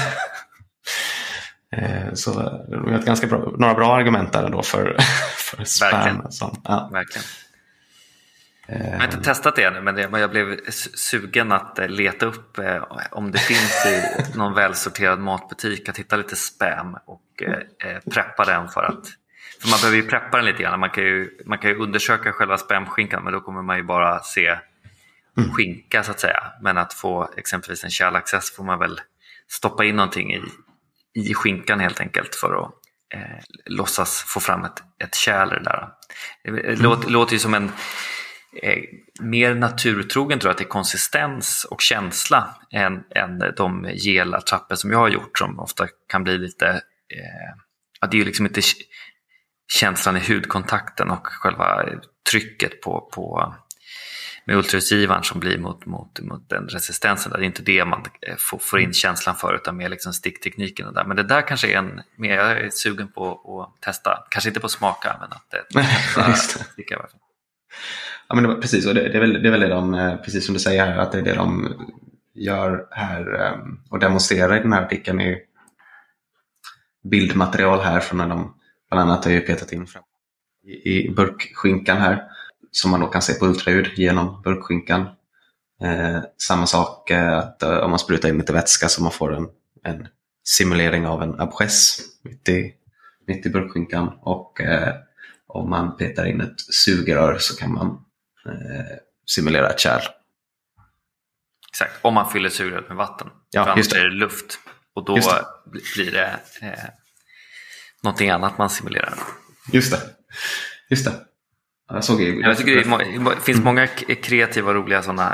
Så det är några bra argument där ändå för spam. Verkligen. Ja. Verkligen. Jag har inte testat det ännu, men jag blev sugen att leta upp om det finns i någon välsorterad matbutik, att hitta lite spam och preppa den för man behöver ju preppa den lite grann. Man kan ju undersöka själva spamskinkan, men då kommer man ju bara se skinka så att säga. Men att få exempelvis en kärlaccess får man väl stoppa in någonting i skinkan helt enkelt för att låtsas få fram ett kärl där. Det låter ju som en mer naturtrogen, tror jag, att det är konsistens och känsla än de gelattrappor som jag har gjort, som ofta kan bli lite det är ju liksom inte känslan i hudkontakten och själva trycket på med ultraljudsgivaren som blir mot den resistensen. Det är inte det man får in känslan för, utan mer liksom sticktekniken och där. Men det där kanske är jag är sugen på att testa. Kanske inte på att smaka, men att sticka i alla fall. Ja, men precis, och det är väl det de, precis som du säger här, att det är det de gör här och demonstrerar i den här artikeln i bildmaterial här från när de bland annat har ju petat in fram i burkskinkan här, som man då kan se på ultraljud genom burkskinkan. Samma sak att om man sprutar in lite vätska så man får en simulering av en abscess mitt i burkskinkan, och om man petar in ett sugrör så kan man simulera ett kärl. Exakt, om man fyller sugröret med vatten. Ja, för annars är det luft. Och då blir det någonting annat man simulerar. Just det. Jag tycker det finns många kreativa och roliga sådana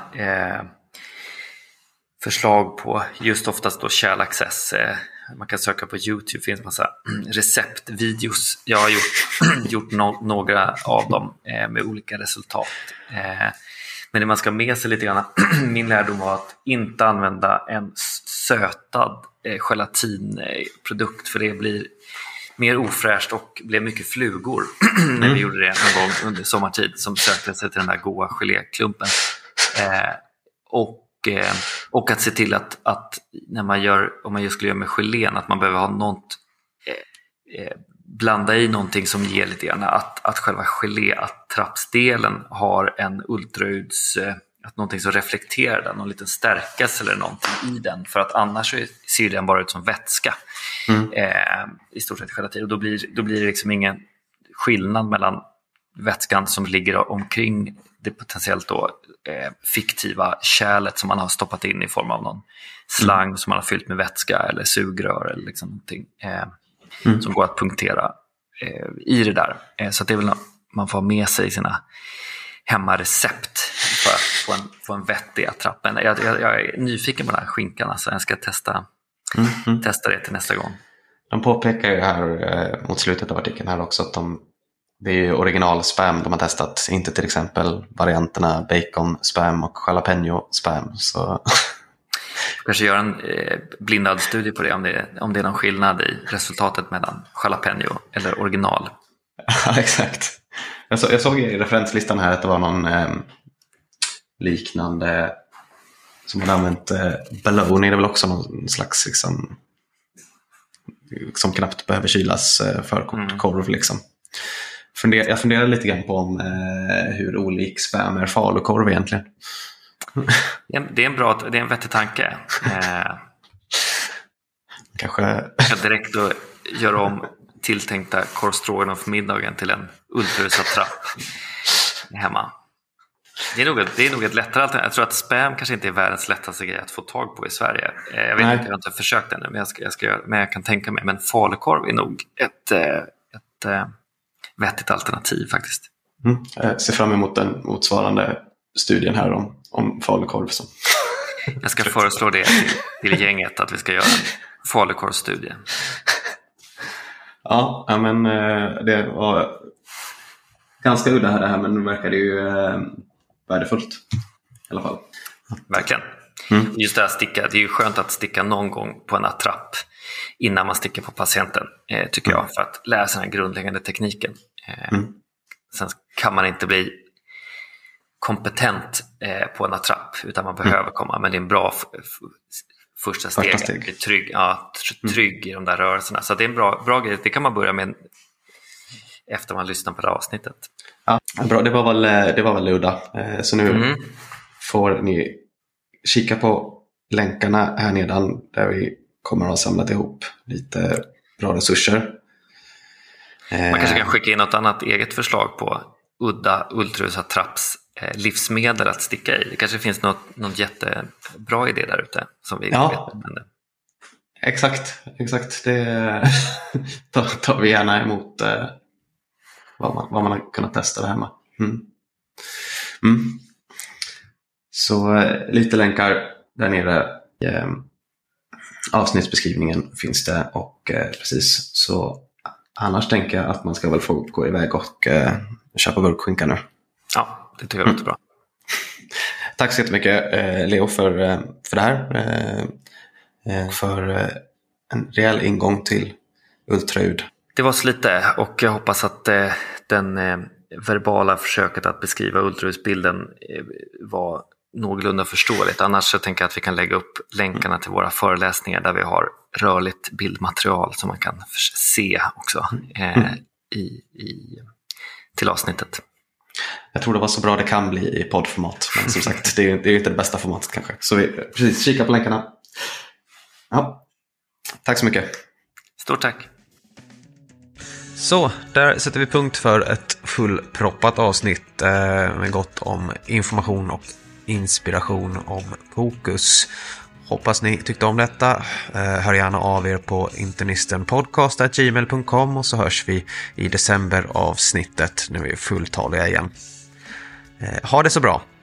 förslag på just oftast då Shell Access. Man kan söka på YouTube, finns massa receptvideos. Jag har gjort några av dem med olika resultat. Men det man ska med sig lite grann, min lärdom var att inte använda en sötad gelatinprodukt, för det blir mer ofräscht och blev mycket flugor när vi gjorde det en gång under sommartid som sökte sig till den där goda geléklumpen. Och att se till att när om man just skulle göra med gelén, att man behöver ha något blanda i någonting som ger lite grann att själva geléattrappsdelen har en ultraljuds, att någonting som reflekterar den, någon liten stärkelse eller någonting i den, för att annars ser den bara ut som vätska i stort sett gelatin, och då blir det liksom ingen skillnad mellan vätskan som ligger omkring det potentiellt då fiktiva kärlet som man har stoppat in i form av någon slang som man har fyllt med vätska eller sugrör eller liksom någonting som går att punktera i det där. Så att det är väl man får ha med sig sina hemmarecept för att få en vettig attrapp. Jag är nyfiken på den här skinkan, alltså jag ska testa det till nästa gång. De påpekar ju här mot slutet av artikeln här också att det är ju original spam de har testat, inte till exempel varianterna bacon spam och jalapeno spam. Så kanske göra en blindad studie på det, om det är någon skillnad i resultatet mellan jalapeno eller original. Ja, exakt. Jag såg i referenslistan här att det var någon liknande som hade använt bologna. Det är väl också någon slags liksom, som knappt behöver kylas förkokt korv liksom. Jag funderar lite grann på hur olik spam är falukorv egentligen. Det är en vettig tanke. Kanske direkt då göra om tilltänkta korvstroganoff-middagen till en ultraljusattrapp hemma. Det är nog ett lättare alternativ. Jag tror att spam kanske inte är världens lättaste grej att få tag på i Sverige. Jag vet inte, jag har inte försökt ännu, men jag kan tänka mig. Men falukorv är nog ett vettigt alternativ faktiskt. Jag ser fram emot den motsvarande studien här om falukorv. Jag ska föreslå det till gänget att vi ska göra en falukorvstudie. Ja, men det var ganska udda det här, men nu verkar det ju värdefullt i alla fall. Verkligen. Just det här sticka, det är ju skönt att sticka någon gång på en attrapp innan man sticker på patienten, tycker jag, för att lära sig den här grundläggande tekniken. Sen kan man inte bli kompetent på en attrapp, utan man behöver komma, men det är en bra första steg. Bli trygg i de där rörelserna. Så det är en bra grej. Det kan man börja med efter man lyssnar på det här avsnittet. Ja, bra. Det var väl udda. Så nu får ni kika på länkarna här nedan där vi kommer att ha samlat ihop lite bra resurser. Man kanske kan skicka in något annat eget förslag på udda ultraljusattrapps livsmedel att sticka i. Det kanske finns någon jättebra idé där ute som vi vet. Exakt. Det tar vi gärna emot vad man har kunnat testa där hemma. Så lite länkar där nere i avsnittsbeskrivningen finns det, och precis så annars tänker jag att man ska väl få gå iväg och köpa burkskinka nu. Ja, det tycker jag låter bra. Tack så jättemycket Leo för det här. För en rejäl ingång till ultraljud. Det var så lite, och jag hoppas att den verbala försöket att beskriva ultraljudsbilden var någorlunda förståeligt. Annars så tänker jag att vi kan lägga upp länkarna till våra föreläsningar där vi har rörligt bildmaterial som man kan se också till avsnittet. Jag tror det var så bra det kan bli i poddformat. Men som sagt, det är inte det bästa formatet kanske. Så precis, kika på länkarna. Ja. Tack så mycket. Stort tack. Så, där sätter vi punkt för ett fullproppat avsnitt med gott om information och inspiration om fokus. Hoppas ni tyckte om detta. Hör gärna av er på internistenpodcast@gmail.com och så hörs vi i december avsnittet när vi är fulltaliga igen. Ha det så bra!